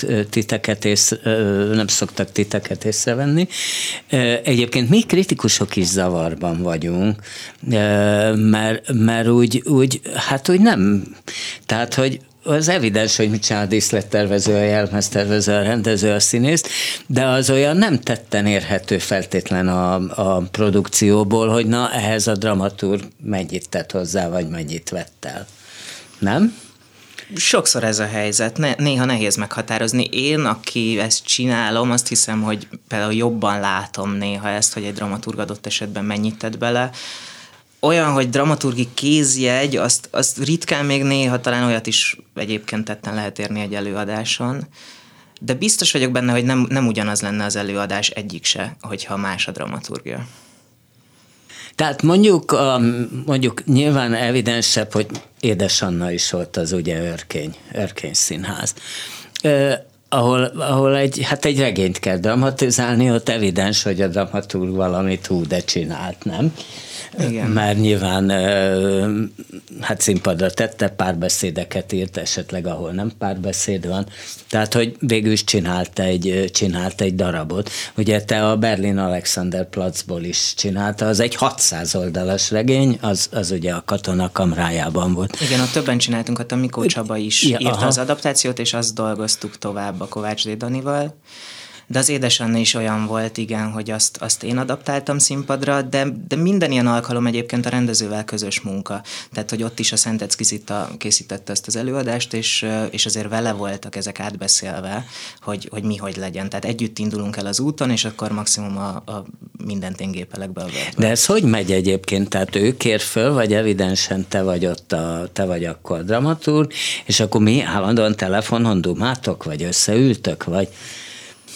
titeket észrevenni. Egyébként mi kritikusok is zavarban vagyunk, mert úgy nem. Tehát, hogy az evidens, hogy mit csinál a díszlettervező, a jelmeztervező, a rendező, a színész, de az olyan nem tetten érhető feltétlen a produkcióból, hogy na, ehhez a dramaturg mennyit tett hozzá, vagy mennyit vett el. Nem? Sokszor ez a helyzet, néha nehéz meghatározni. Én, aki ezt csinálom, azt hiszem, hogy például jobban látom néha ezt, hogy egy dramaturg adott esetben mennyit tett bele. Olyan, hogy dramaturgi kézjegy, azt ritkán még néha talán olyat is egyébként tetten lehet érni egy előadáson, de biztos vagyok benne, hogy nem ugyanaz lenne az előadás egyik se, hogyha más a dramaturgia. Tehát mondjuk nyilván evidensebb, hogy Édes Anna is volt az ugye Örkény Színház. Ahol egy regényt kell dramatizálni, ott evidens, hogy a dramaturg valamit de csinált, nem? Igen. Mert nyilván színpadra tette, párbeszédeket írt, esetleg ahol nem párbeszéd van. Tehát, hogy végül is csinált egy darabot. Ugye te a Berlin Alexanderplatzból is csinálta, az egy 600 oldalas regény, az ugye a Katona kamrájában volt. Igen, ott többen csináltunk, ott a Mikó Csaba is írta az adaptációt, és azt dolgoztuk tovább a Kovács D. Danival. De az Édes Anna is olyan volt, igen, hogy azt én adaptáltam színpadra, de minden ilyen alkalom egyébként a rendezővel közös munka. Tehát, hogy ott is a Szentecki Zita készítette ezt az előadást, és azért vele voltak ezek átbeszélve, hogy mi hogy legyen. Tehát együtt indulunk el az úton, és akkor maximum a mindent én gépelek be a webbe. De ez hogy megy egyébként? Tehát ő kér föl, vagy evidensen te vagy akkor dramaturg, és akkor mi állandóan telefonon dumátok, vagy összeültök, vagy...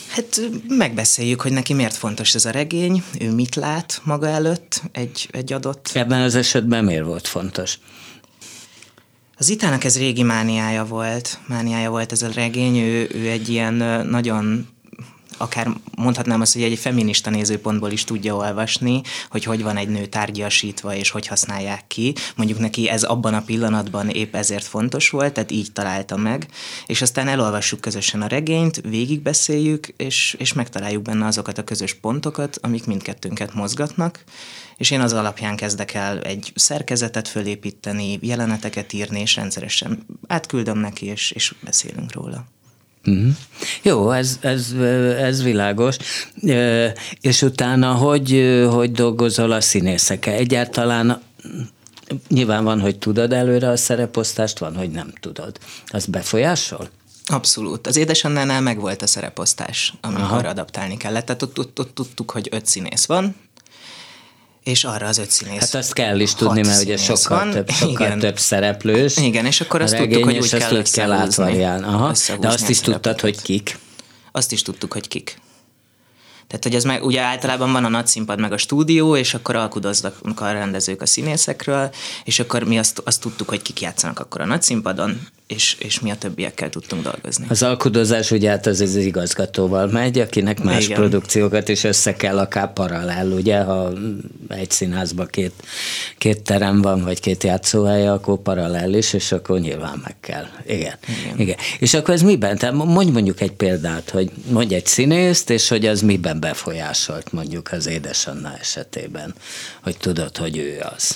Hát megbeszéljük, hogy neki miért fontos ez a regény, ő mit lát maga előtt egy adott... Ebben az esetben miért volt fontos? Az Zitának ez régi mániája volt ez a regény, ő egy ilyen nagyon, akár mondhatnám azt, hogy egy feminista nézőpontból is tudja olvasni, hogy van egy nő tárgyasítva, és hogy használják ki. Mondjuk neki ez abban a pillanatban épp ezért fontos volt, tehát így találta meg, és aztán elolvassuk közösen a regényt, végigbeszéljük, és megtaláljuk benne azokat a közös pontokat, amik mindkettőnket mozgatnak, és én az alapján kezdek el egy szerkezetet fölépíteni, jeleneteket írni, és rendszeresen átküldöm neki, és beszélünk róla. Mm. Jó, ez világos. És utána hogy dolgozol a színészekkel? Egyáltalán nyilván van, hogy tudod előre a szereposztást, van, hogy nem tudod. Az befolyásol? Abszolút. Az Édesannánál megvolt a szereposztás, amikor adaptálni kellett. Tehát ott tudtuk, hogy 5 színész van, és arra az 5 színész. Hát azt kell is tudni, mert ugye sokkal több szereplős. Igen, és akkor azt tudtuk, hogy úgy kell átvariálni. De azt is tudtad, hogy kik? Azt is tudtuk, hogy kik. Tehát, hogy ez meg, ugye általában van a nagyszínpad meg a stúdió, és akkor alkudoznak a rendezők a színészekről, és akkor mi azt tudtuk, hogy kik játszanak akkor a nagyszínpadon, és mi a többiekkel tudtunk dolgozni. Az alkudozás ugye hát az igazgatóval megy, akinek más igen. produkciókat is össze kell akár paralel, ugye, ha egy színházban két terem van, vagy 2 játszóhely, akkor paralel is, és akkor nyilván meg kell. Igen. És akkor ez miben? Tehát mondjuk egy példát, hogy mondj egy színészt, és hogy az miben befolyásolt mondjuk az Édesanna esetében, hogy tudod, hogy ő az.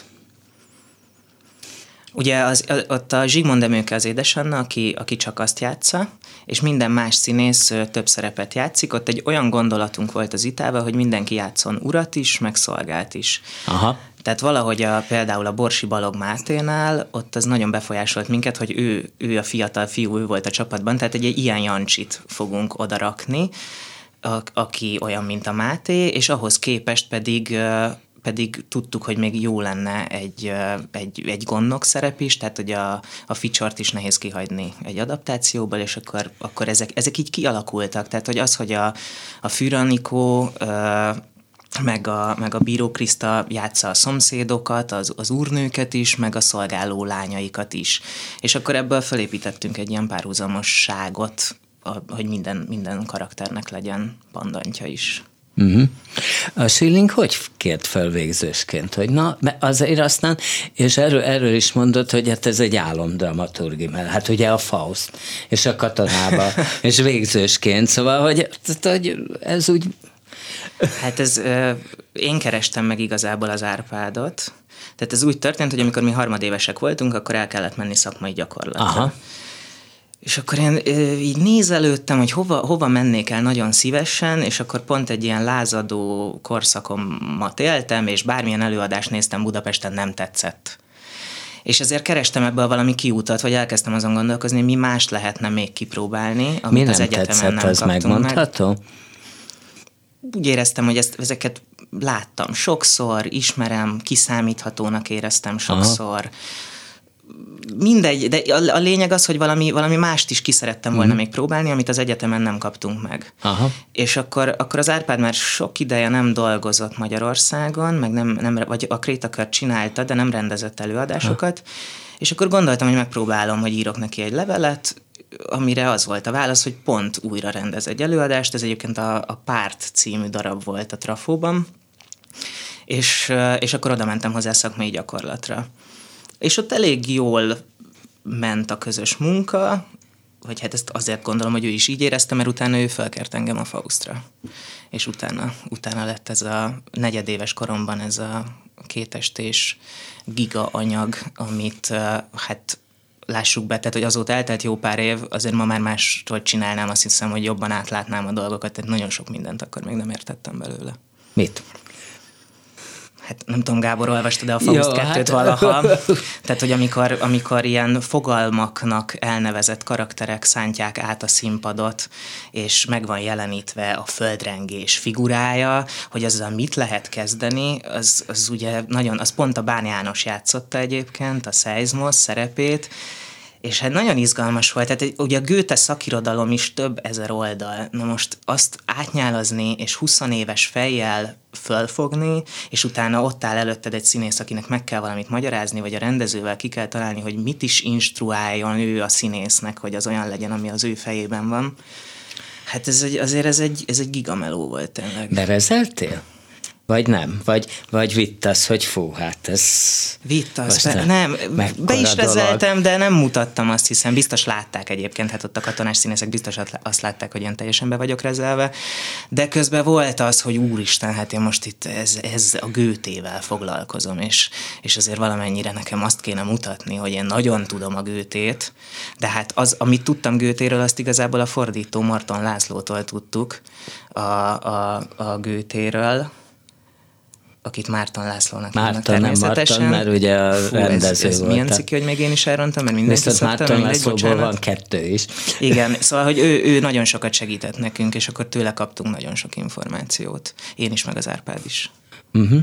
Ugye ott a Zsigmond Emőke az Édesanna, aki csak azt játsza, és minden más színész több szerepet játszik. Ott egy olyan gondolatunk volt az Itával, hogy mindenki játszon urat is, meg szolgált is. Aha. Tehát valahogy például a Borsi Balog Máténál ott az nagyon befolyásolt minket, hogy ő a fiatal fiú, ő volt a csapatban, tehát egy ilyen Jancsit fogunk odarakni, aki olyan, mint a Máté, és ahhoz képest pedig tudtuk, hogy még jó lenne egy gondnok szerep is, tehát hogy a Ficsort is nehéz kihagyni egy adaptációból, és akkor ezek így kialakultak. Tehát, hogy az, hogy a Fűr-Anikó meg a Bíró Kriszta játsza a szomszédokat, az úrnőket is, meg a szolgáló lányaikat is. És akkor ebből felépítettünk egy ilyen párhuzamosságot, hogy minden karakternek legyen pandantja is. Uh-huh. A Schilling hogy kért fel végzősként? Hogy na, azért aztán, és erről is mondod, hogy hát ez egy álomdramaturgi, mert hát ugye a Faust, és a Katonába, és végzősként, szóval, hogy ez úgy... Hát én kerestem meg igazából az Árpádot, tehát ez úgy történt, hogy amikor mi harmadévesek voltunk, akkor el kellett menni szakmai gyakorlatra. Aha. És akkor én így nézelődtem, hogy hova mennék el nagyon szívesen, és akkor pont egy ilyen lázadó korszakomat éltem, és bármilyen előadást néztem Budapesten, nem tetszett. És ezért kerestem ebből valami kiútat, vagy elkezdtem azon gondolkozni, mi mást lehetne még kipróbálni, amit az egyetemen nem kaptunk megmondható? meg. Úgy éreztem, hogy ezeket láttam sokszor, ismerem, kiszámíthatónak éreztem sokszor. Aha. Mindegy, de a lényeg az, hogy valami mást is ki szerettem volna még próbálni, amit az egyetemen nem kaptunk meg. Aha. És akkor az Árpád már sok ideje nem dolgozott Magyarországon, meg nem, vagy a Krétakört csinálta, de nem rendezett előadásokat, és akkor gondoltam, hogy megpróbálom, hogy írok neki egy levelet, amire az volt a válasz, hogy pont újra rendez egy előadást, ez egyébként a Párt című darab volt a Trafóban, és akkor oda mentem hozzá szakmai gyakorlatra. És ott elég jól ment a közös munka, vagy hát ezt azért gondolom, hogy ő is így érezte, mert utána ő felkért engem a Faustra. És utána lett ez a negyedéves koromban ez a 2 estés giga anyag, amit hát lássuk be, tehát hogy azóta eltelt jó pár év, azért ma már máshogy csinálnám, azt hiszem, hogy jobban átlátnám a dolgokat, tehát nagyon sok mindent akkor még nem értettem belőle. Mit? Hát nem tudom, Gábor, olvastad-e a Faust 2-t valaha? Tehát, hogy amikor ilyen fogalmaknak elnevezett karakterek szántják át a színpadot, és meg van jelenítve a földrengés figurája, hogy azzal mit lehet kezdeni, az ugye nagyon, az pont a Bán János játszotta egyébként, a Seizmos szerepét, És hát nagyon izgalmas volt, tehát ugye a Goethe szakirodalom is több ezer oldal, na most azt átnyálazni, és 20 éves fejjel fölfogni, és utána ott áll előtted egy színész, akinek meg kell valamit magyarázni, vagy a rendezővel ki kell találni, hogy mit is instruáljon ő a színésznek, hogy az olyan legyen, ami az ő fejében van. Hát azért ez egy gigameló volt tényleg. Berezeltél? Vagy nem? Vagy vittasz, hogy fú, hát ez... Vittasz, nem, be is rezeltem, de nem mutattam azt, hiszen biztos látták egyébként, hát ott a katonás színészek biztos azt látták, hogy én teljesen be vagyok rezelve, de közben volt az, hogy úristen, hát én most itt ez a Goethével foglalkozom, és azért valamennyire nekem azt kéne mutatni, hogy én nagyon tudom a Goethét, de hát az, amit tudtam Goethéről, azt igazából a fordító Marton Lászlótól tudtuk a Goethéről, akit Márton Lászlónak hívnak természetesen. Nem Marton, mert ugye a rendező ez volt. Milyen ciki, hogy még én is elrontam, mert mindenki szokta. Márton Lászlóból van 2 is. Igen, szóval, hogy ő nagyon sokat segített nekünk, és akkor tőle kaptunk nagyon sok információt. Én is, meg az Árpád is. Uh-huh.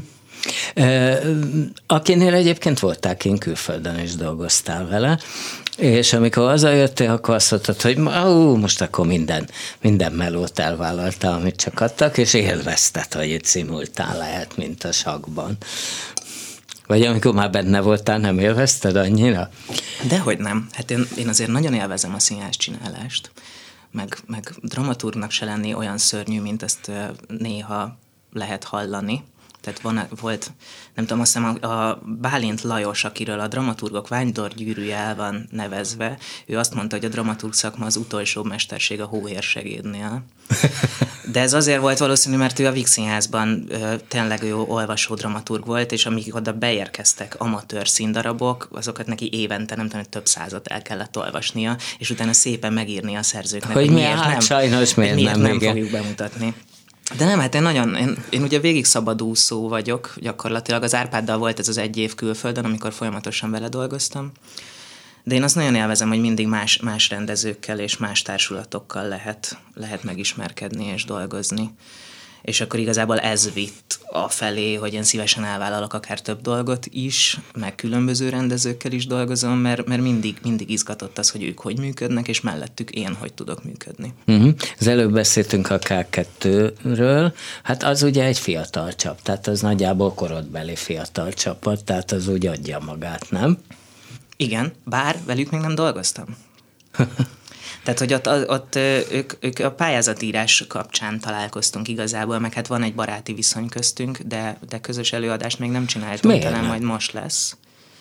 Akinél egyébként voltál kint külföldön, és dolgoztál vele, és amikor hazajöttél, akkor azt mondtad, hogy most akkor minden melót elvállaltál, amit csak adtak, és élvezted, hogy itt szimultán lehet, mint a sakkban. Vagy amikor már benne voltál, nem élvezted annyira? Dehogy nem. Hát én azért nagyon élvezem a színház csinálást, meg dramaturgnak se lenni olyan szörnyű, mint ezt néha lehet hallani. Tehát volt, nem tudom, azt hiszem a Bálint Lajos, akiről a dramaturgok Ványdor gyűrűje el van nevezve, ő azt mondta, hogy a dramaturg szakma az utolsó mesterség a hóhérsegédnél. De ez azért volt valószínű, mert ő a Víg Színházban tényleg jó olvasó dramaturg volt, és amíg oda beérkeztek amatőr színdarabok, azokat neki évente nem tudom, több százat el kellett olvasnia, és utána szépen megírni a szerzőknek, hogy miért nem, sajnos miért nem fogjuk bemutatni. De nem, hát én ugye végig szabadúszó vagyok, gyakorlatilag az Árpáddal volt ez az 1 év külföldön, amikor folyamatosan vele dolgoztam, de én azt nagyon élvezem, hogy mindig más rendezőkkel és más társulatokkal lehet megismerkedni és dolgozni. És akkor igazából ez vitt afelé, hogy én szívesen elvállalok akár több dolgot is, meg különböző rendezőkkel is dolgozom, mert mindig izgatott az, hogy ők hogy működnek, és mellettük én hogy tudok működni. Uh-huh. Az előbb beszéltünk a K2-ről, hát az ugye egy fiatal csap, tehát az nagyjából korodbeli fiatal csapat, tehát az úgy adja magát, nem? Igen, bár velük még nem dolgoztam. Tehát, hogy ott ők a pályázatírás kapcsán találkoztunk igazából, meg hát van egy baráti viszony köztünk, de közös előadást még nem csináltunk, talán majd most lesz.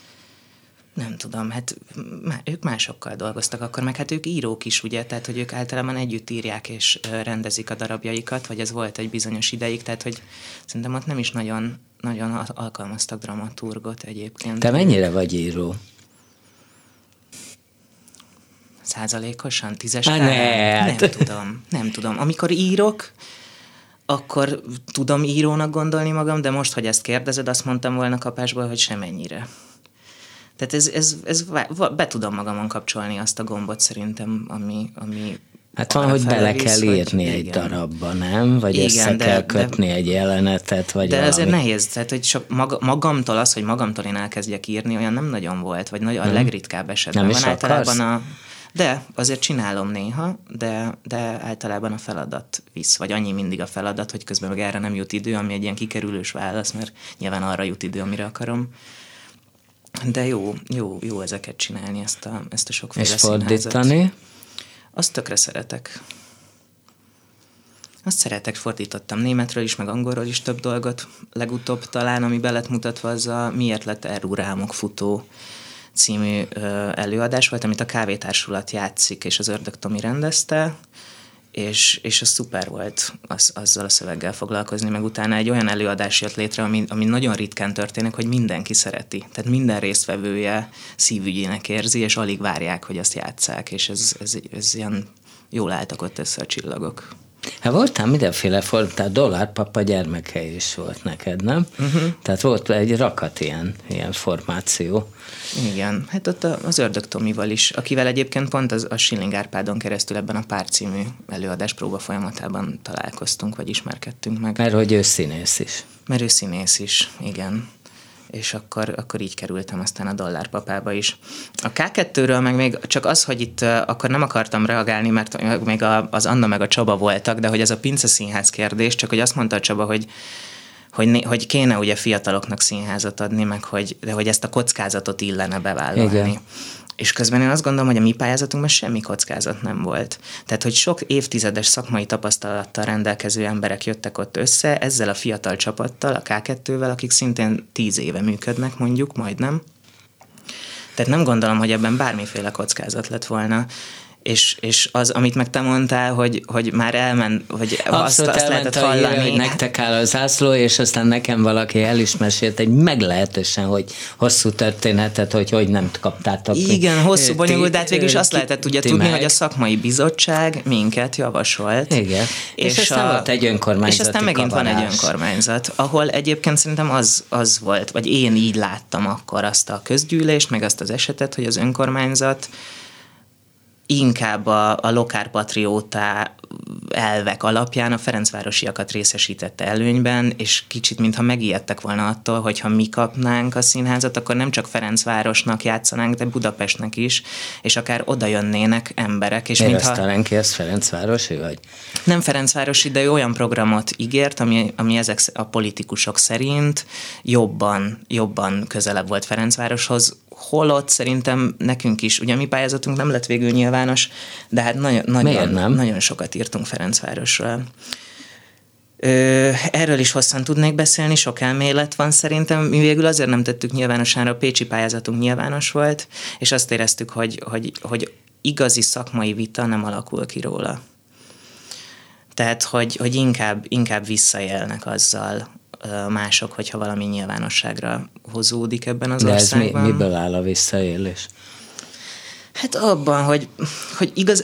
Nem tudom, hát ők másokkal dolgoztak akkor, meg hát ők írók is, ugye, tehát, hogy ők általában együtt írják és rendezik a darabjaikat, vagy ez volt egy bizonyos ideig, tehát, hogy szerintem ott nem is nagyon alkalmaztak dramaturgot egyébként. Te mennyire vagy író? Százalékosan? 10-es? Nem tudom. Amikor írok, akkor tudom írónak gondolni magam, de most, hogy ezt kérdezed, azt mondtam volna kapásból, hogy semennyire. Tehát ez be tudom magamon kapcsolni azt a gombot szerintem, ami hát van, hogy bele kell írni egy darabba, nem? Vagy össze kell kötni egy jelenetet, vagy valami. Ezért nehéz, tehát hogy magamtól az, hogy magamtól én elkezdjek írni, olyan nem nagyon volt, vagy a legritkább esetben. Nem is van általában de azért csinálom néha, de általában a feladat visz, vagy annyi mindig a feladat, hogy közben meg erre nem jut idő, ami egy ilyen kikerülős válasz, mert nyilván arra jut idő, amire akarom. De jó ezeket csinálni, ezt a sokféle színházat. És fordítani? Azt tökre szeretek. Azt szeretek, fordítottam németről is, meg angolról is több dolgot. Legutóbb talán, ami be lett mutatva, az a Miért lett Erru rámok futó című előadás volt, amit a Kávétársulat játszik, és az Ördög Tomi rendezte, és az szuper volt azzal a szöveggel foglalkozni, meg utána egy olyan előadás jött létre, ami nagyon ritkán történik, hogy mindenki szereti. Tehát minden résztvevője szívügyének érzi, és alig várják, hogy azt játsszák, és ez ilyen jól álltak ott össze a csillagok. Hát voltál mindenféle tehát Dollárpapa gyermekei is volt neked, nem? Uh-huh. Tehát volt egy rakat ilyen formáció. Igen, hát ott az Ördög Tomival is, akivel egyébként pont a Schilling Árpádon keresztül ebben a Pár című előadás próba folyamatában találkoztunk, vagy ismerkedtünk meg. Mert hogy ő színész is. Mert ő színész is, igen. és akkor így kerültem aztán a Dollárpapába is. A K2-ről meg még csak az, hogy itt akkor nem akartam reagálni, mert még az Anna meg a Csaba voltak, de hogy ez a Pince Színház kérdés, csak hogy azt mondta a Csaba, hogy kéne ugye fiataloknak színházat adni, meg de hogy ezt a kockázatot illene bevállalni. Igen. És közben én azt gondolom, hogy a mi pályázatunkban semmi kockázat nem volt. Tehát, hogy sok évtizedes szakmai tapasztalattal rendelkező emberek jöttek ott össze, ezzel a fiatal csapattal, a K2-vel, akik szintén 10 éve működnek, mondjuk, majdnem. Tehát nem gondolom, hogy ebben bármiféle kockázat lett volna. És az, amit meg te mondtál, hogy már elment, hogy azt lehetett hallani. Hogy nektek áll a zászló, és aztán nekem valaki el is mesélt egy meglehetősen, hogy hosszú történetet, hogy nem kaptátok. Igen, hosszú, bonyolult, de hát végül is azt lehetett ugye tudni, hogy a szakmai bizottság minket javasolt. Igen. És aztán volt egy önkormányzati és aztán megint kavarás. Van egy önkormányzat, ahol egyébként szerintem az volt, vagy én így láttam akkor azt a közgyűlést, meg azt az esetet, hogy az önkormányzat inkább a lokálpatrióta elvek alapján a ferencvárosiakat részesítette előnyben, és kicsit mintha megijedtek volna attól, hogyha mi kapnánk a színházat, akkor nem csak Ferencvárosnak játszanánk, de Budapestnek is, és akár oda jönnének emberek. És mintha... ki, ez Ferencvárosi vagy? Nem Ferencvárosi, de olyan programot ígért, ami ezek a politikusok szerint jobban közelebb volt Ferencvároshoz, holott szerintem nekünk is, ugye mi pályázatunk nem lett végül nyilvános, de hát nagyon sokat írtunk Ferencvárosról. Erről is hosszan tudnék beszélni, sok elmélet van szerintem. Mi végül azért nem tettük nyilvánosan, a pécsi pályázatunk nyilvános volt, és azt éreztük, hogy igazi szakmai vita nem alakul ki róla. Tehát, hogy inkább visszaélnek azzal mások, hogyha valami nyilvánosságra hozódik ebben az országban. De ez miből áll a visszaélés? Hát abban, hogy igaz...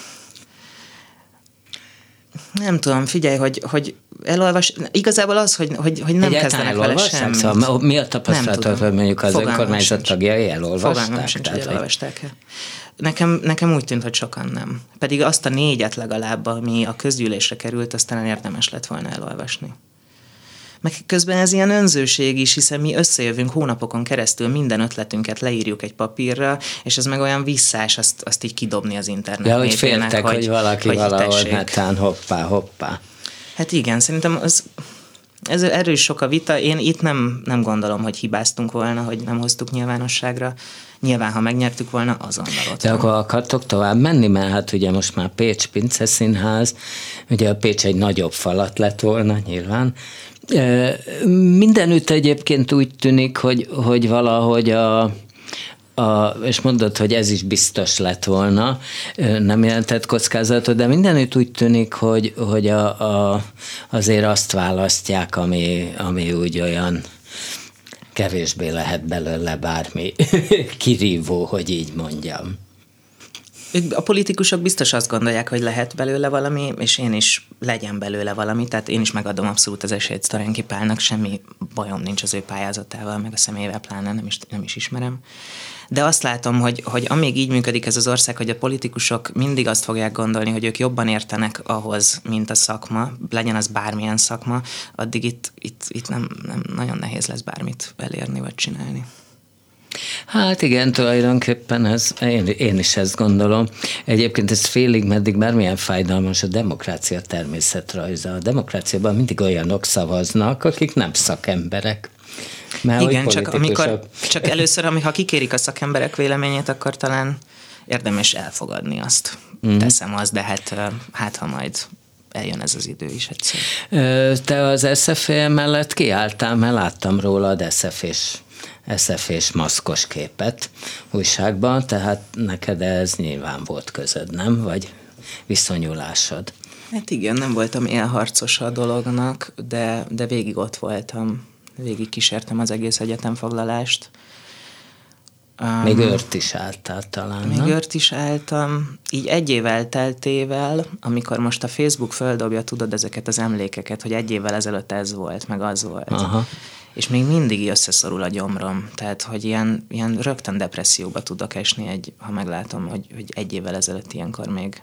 Nem tudom, figyelj, hogy elolvas... Igazából az, hogy nem kezdenek vele semmit. Szóval mi a tapasztalat, hogy mondjuk az önkormányzat tagjai elolvasták? Fogalmam sincs, hogy elolvasták-e. Nekem úgy tűnt, hogy sokan nem. Pedig azt a 4 legalább, ami a közgyűlésre került, aztán érdemes lett volna elolvasni. Meg közben ez ilyen önzőség is, hiszen mi összejövünk hónapokon keresztül, minden ötletünket leírjuk egy papírra, és ez meg olyan visszás, azt így kidobni az internet. Ja, hogy féltek, hogy valaki valahol netán hoppá. Hát igen, szerintem erről is sok a vita. Én itt nem gondolom, hogy hibáztunk volna, hogy nem hoztuk nyilvánosságra. Nyilván, ha megnyertük volna, azonnal ott. De akkor akartok tovább menni, mert hát ugye most már Pécs Pince Színház, ugye a Pécs egy nagyobb falat lett volna nyilván. Mindenütt egyébként úgy tűnik, hogy valahogy és mondod, hogy ez is biztos lett volna, nem jelentett kockázatot, de mindenütt úgy tűnik, hogy azért azt választják, ami úgy olyan kevésbé lehet belőle bármi kirívó, hogy így mondjam. A politikusok biztos azt gondolják, hogy lehet belőle valami, és én is legyen belőle valami, tehát én is megadom abszolút az esélyt Sztorenki Pálnak, semmi bajom nincs az ő pályázatával, meg a személyével pláne, nem is ismerem. De azt látom, hogy amíg így működik ez az ország, hogy a politikusok mindig azt fogják gondolni, hogy ők jobban értenek ahhoz, mint a szakma, legyen az bármilyen szakma, addig itt nem nagyon nehéz lesz bármit elérni vagy csinálni. Hát igen, tulajdonképpen én is ezt gondolom. Egyébként ez félig meddig bármilyen fájdalmas a demokrácia természetrajza. A demokráciában mindig olyanok szavaznak, akik nem szakemberek. Már igen, csak először, ha kikérik a szakemberek véleményét, akkor talán érdemes elfogadni azt. Teszem azt, de hát ha majd eljön ez az idő is egyszer. Te az SZF mellett kiálltál, mert láttam rólad SZF-s maszkos képet újságban, tehát neked ez nyilván volt közöd, nem? Vagy viszonyulásod? Hát igen, nem voltam élharcosa a dolognak, de végig ott voltam. Végig kísértem az egész egyetemfoglalást. Még őrt is álltál talán, Még őrt is álltam. Így 1 év elteltével, amikor most a Facebook földobja, tudod, ezeket az emlékeket, hogy 1 évvel ezelőtt ez volt, meg az volt. Aha. És még mindig összeszorul a gyomrom. Tehát, hogy ilyen rögtön depresszióba tudok esni, ha meglátom, hogy 1 évvel ezelőtt ilyenkor még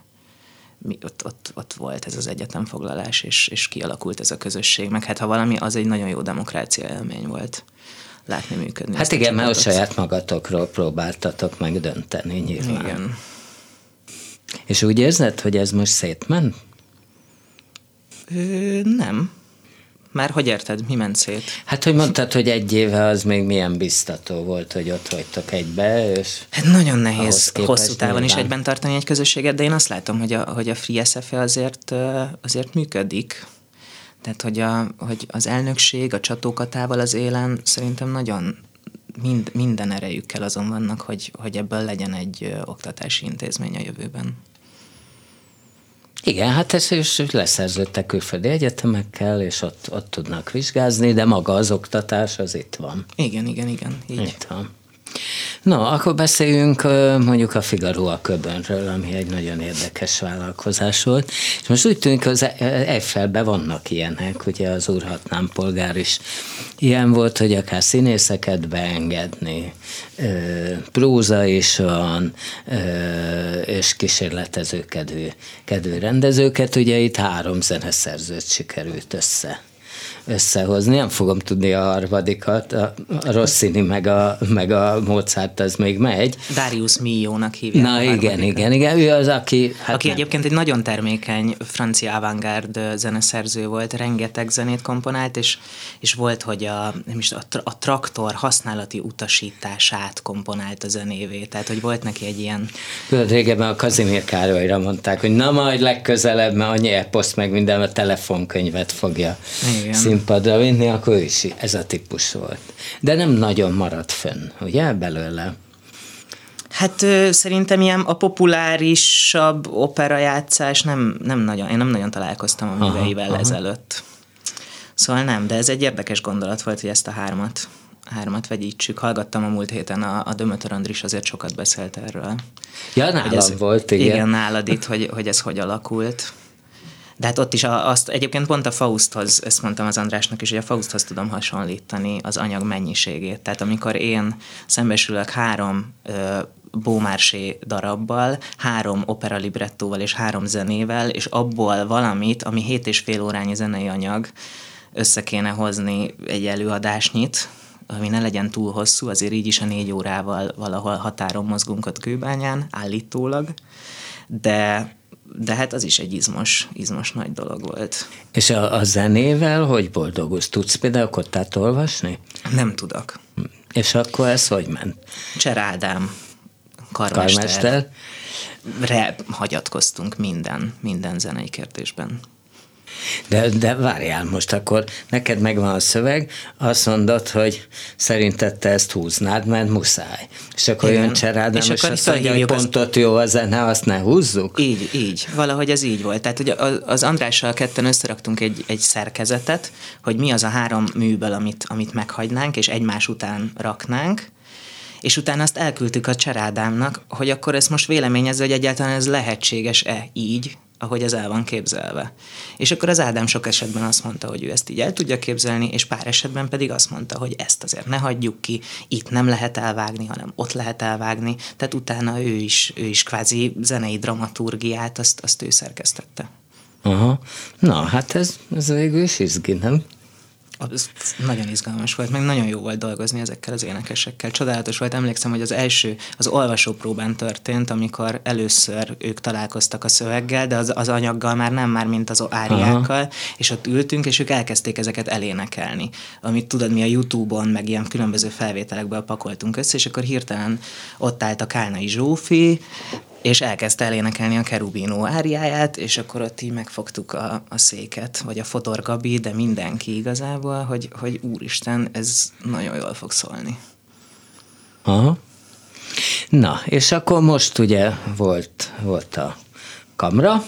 ott volt ez az egyetemfoglalás, és kialakult ez a közösség. Meg hát ha valami, az egy nagyon jó demokrácia élmény volt. látni működni. Hát igen, mert a saját magatokról próbáltatok meg dönteni nyilván. Igen. És úgy érzed, hogy ez most szétment? Nem. Már hogy érted, mi ment szét? Hát, hogy mondtad, hogy egy éve az még milyen biztató volt, hogy ott vagytok egybe, és... Hát nagyon nehéz hosszú távon nyilván is egyben tartani egy közösséget, de én azt látom, hogy a Free SFE azért működik. Tehát, hogy az elnökség a Csatókatával az élen szerintem nagyon minden erejükkel azon vannak, hogy ebből legyen egy oktatási intézmény a jövőben. Igen, hát ez is leszerződtek külföldi egyetemekkel, és ott tudnak vizsgázni, de maga az oktatás az itt van. Igen, így. Itt van. No, akkor beszéljünk mondjuk a Figaro a Köbönről, ami egy nagyon érdekes vállalkozás volt. És most úgy tűnik, hogy az Eiffelben vannak ilyenek, ugye az Úrhatnám polgár is ilyen volt, hogy akár színészeket beengedni, próza is van, és kísérletező kedvű rendezőket, ugye itt 3 zeneszerzőt sikerült összehozni. Nem fogom tudni a harmadikat, a Rossini meg a Mozart az még megy. Darius Milhaudnak hívják. Na igen, ő az, aki... Hát aki egyébként egy nagyon termékeny francia avantgárd zeneszerző volt, rengeteg zenét komponált, és volt, hogy a traktor használati utasítását komponált a zenévé, tehát hogy volt neki egy ilyen... Régebben a Kazimír Károlyra mondták, hogy na majd legközelebb, mert annyi eposzt meg minden a telefonkönyvet fogja színpadra vinni, akkor ő is ez a típus volt. De nem nagyon maradt fönn, ugye, belőle? Hát szerintem ilyen a populárisabb operajátszás nem nagyon, én nem nagyon találkoztam a műveivel ezelőtt. Szóval nem, de ez egy érdekes gondolat volt, hogy ezt a hármat vegyítsük. Hallgattam a múlt héten, a Dömötör Andris azért sokat beszélt erről. Ja, nálam volt, igen. Igen, nálad itt, hogy ez hogy alakult. De hát ott is egyébként pont a Fausthoz, ezt mondtam az Andrásnak is, hogy a Fausthoz tudom hasonlítani az anyag mennyiségét. Tehát amikor én szembesülök 3 Beaumarchais darabbal, 3 opera librettóval és 3 zenével, és abból valamit, ami 7,5 órányi zenei anyag, össze kéne hozni egy előadásnyit, ami ne legyen túl hosszú, azért így is a 4 órával valahol határon mozgunk ott Kőbányán, állítólag, de hát az is egy izmos nagy dolog volt. És a zenével hogy boldogulsz? Tudsz például Kottát olvasni? Nem tudok. És akkor ez hogy ment? Cser Ádám, karmesterre hagyatkoztunk minden zenei kérdésben. De várjál most, akkor neked megvan a szöveg, azt mondod, hogy szerinted te ezt húznád, mert muszáj. És akkor jön Cser Ádám, és azt mondja, hogy pontot jó a zene, azt ne húzzuk? Így. Valahogy ez így volt. Tehát ugye az Andrással ketten összeraktunk egy szerkezetet, hogy mi az a 3 műből, amit meghagynánk, és egymás után raknánk, és utána azt elküldtük a Cser Ádámnak, hogy akkor ezt most véleményezze, hogy egyáltalán ez lehetséges-e így, ahogy ez el van képzelve. És akkor az Ádám sok esetben azt mondta, hogy ő ezt így el tudja képzelni, és pár esetben pedig azt mondta, hogy ezt azért ne hagyjuk ki, itt nem lehet elvágni, hanem ott lehet elvágni, tehát utána ő is kvázi zenei dramaturgiát, azt ő szerkesztette. Aha. Na, hát ez végül is izgi, nem? Az nagyon izgalmas volt, meg nagyon jó volt dolgozni ezekkel az énekesekkel. Csodálatos volt, emlékszem, hogy az olvasópróbán történt, amikor először ők találkoztak a szöveggel, de az anyaggal már mint az áriákkal, és ott ültünk, és ők elkezdték ezeket elénekelni. Amit tudod, mi a YouTube-on, meg ilyen különböző felvételekből pakoltunk össze, és akkor hirtelen ott állt a Kálnai Zsófi, és elkezdte elénekelni a Cherubino áriáját, és akkor ott így megfogtuk a széket, vagy a Fodor Gabi, de mindenki igazából, hogy úristen, ez nagyon jól fog szólni. Aha. Na, és akkor most ugye volt a kamra,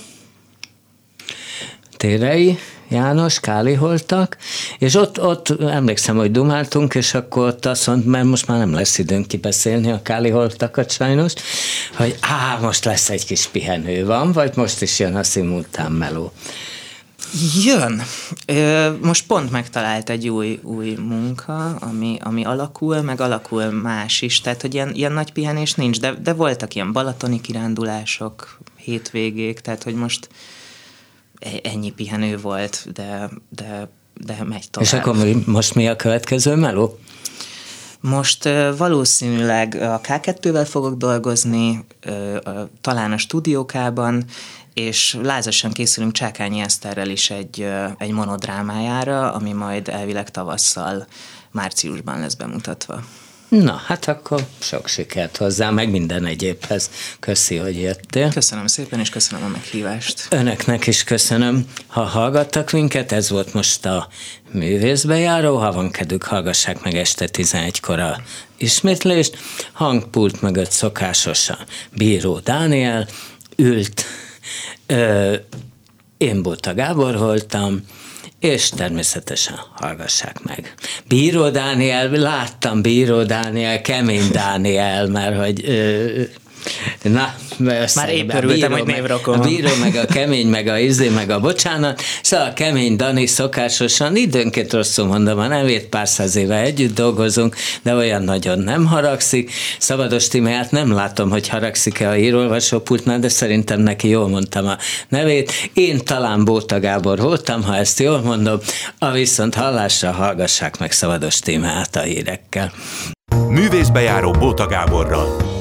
Térei János, Káliholtak, és ott emlékszem, hogy dumáltunk, és akkor ott azt mondta, mert most már nem lesz időnk kibeszélni a Káliholtakat sajnos, hogy most lesz egy kis pihenő, van, vagy most is jön a szimultán meló? Jön. Most pont megtalált egy új munka, ami alakul, meg alakul más is, tehát hogy ilyen nagy pihenés nincs, de voltak ilyen balatoni kirándulások, hétvégék, tehát hogy most ennyi pihenő volt, de megy tovább. És akkor most mi a következő meló? Most valószínűleg a K2-vel fogok dolgozni, talán a stúdiókában, és lázasan készülünk Csákányi Eszterrel is egy monodrámájára, ami majd elvileg tavasszal, márciusban lesz bemutatva. Na, hát akkor sok sikert hozzá, meg minden egyébhez. Köszi, hogy jöttél. Köszönöm szépen, és köszönöm a meghívást. Önöknek is köszönöm, ha hallgattak minket, ez volt most a Művészbejáró, ha van kedvük, hallgassák meg este 11-kor a ismétlést. Hangpult mögött szokásosan Bíró Dániel ült, én Bóta Gábor voltam, és természetesen hallgassák meg. Bíró Dániel, láttam Bíró Dániel, Kemény Dániel, mert hogy... Már épp örültem, hogy névrokon. A Bíró, meg a Kemény, meg a Izé, meg a Bocsánat. Szóval a Kemény Dani szokásosan, időnként rosszul mondom a nevét, pár száz éve együtt dolgozunk, de olyan nagyon nem haragszik. Szabados Tímeát nem látom, hogy haragszik-e a írolvasópultnál, de szerintem neki jól mondtam a nevét. Én talán Bóta Gábor voltam, ha ezt jól mondom, a viszont hallásra hallgassák meg Szabados Tímeát a hírekkel. Művészbejáró Bóta Gáborral.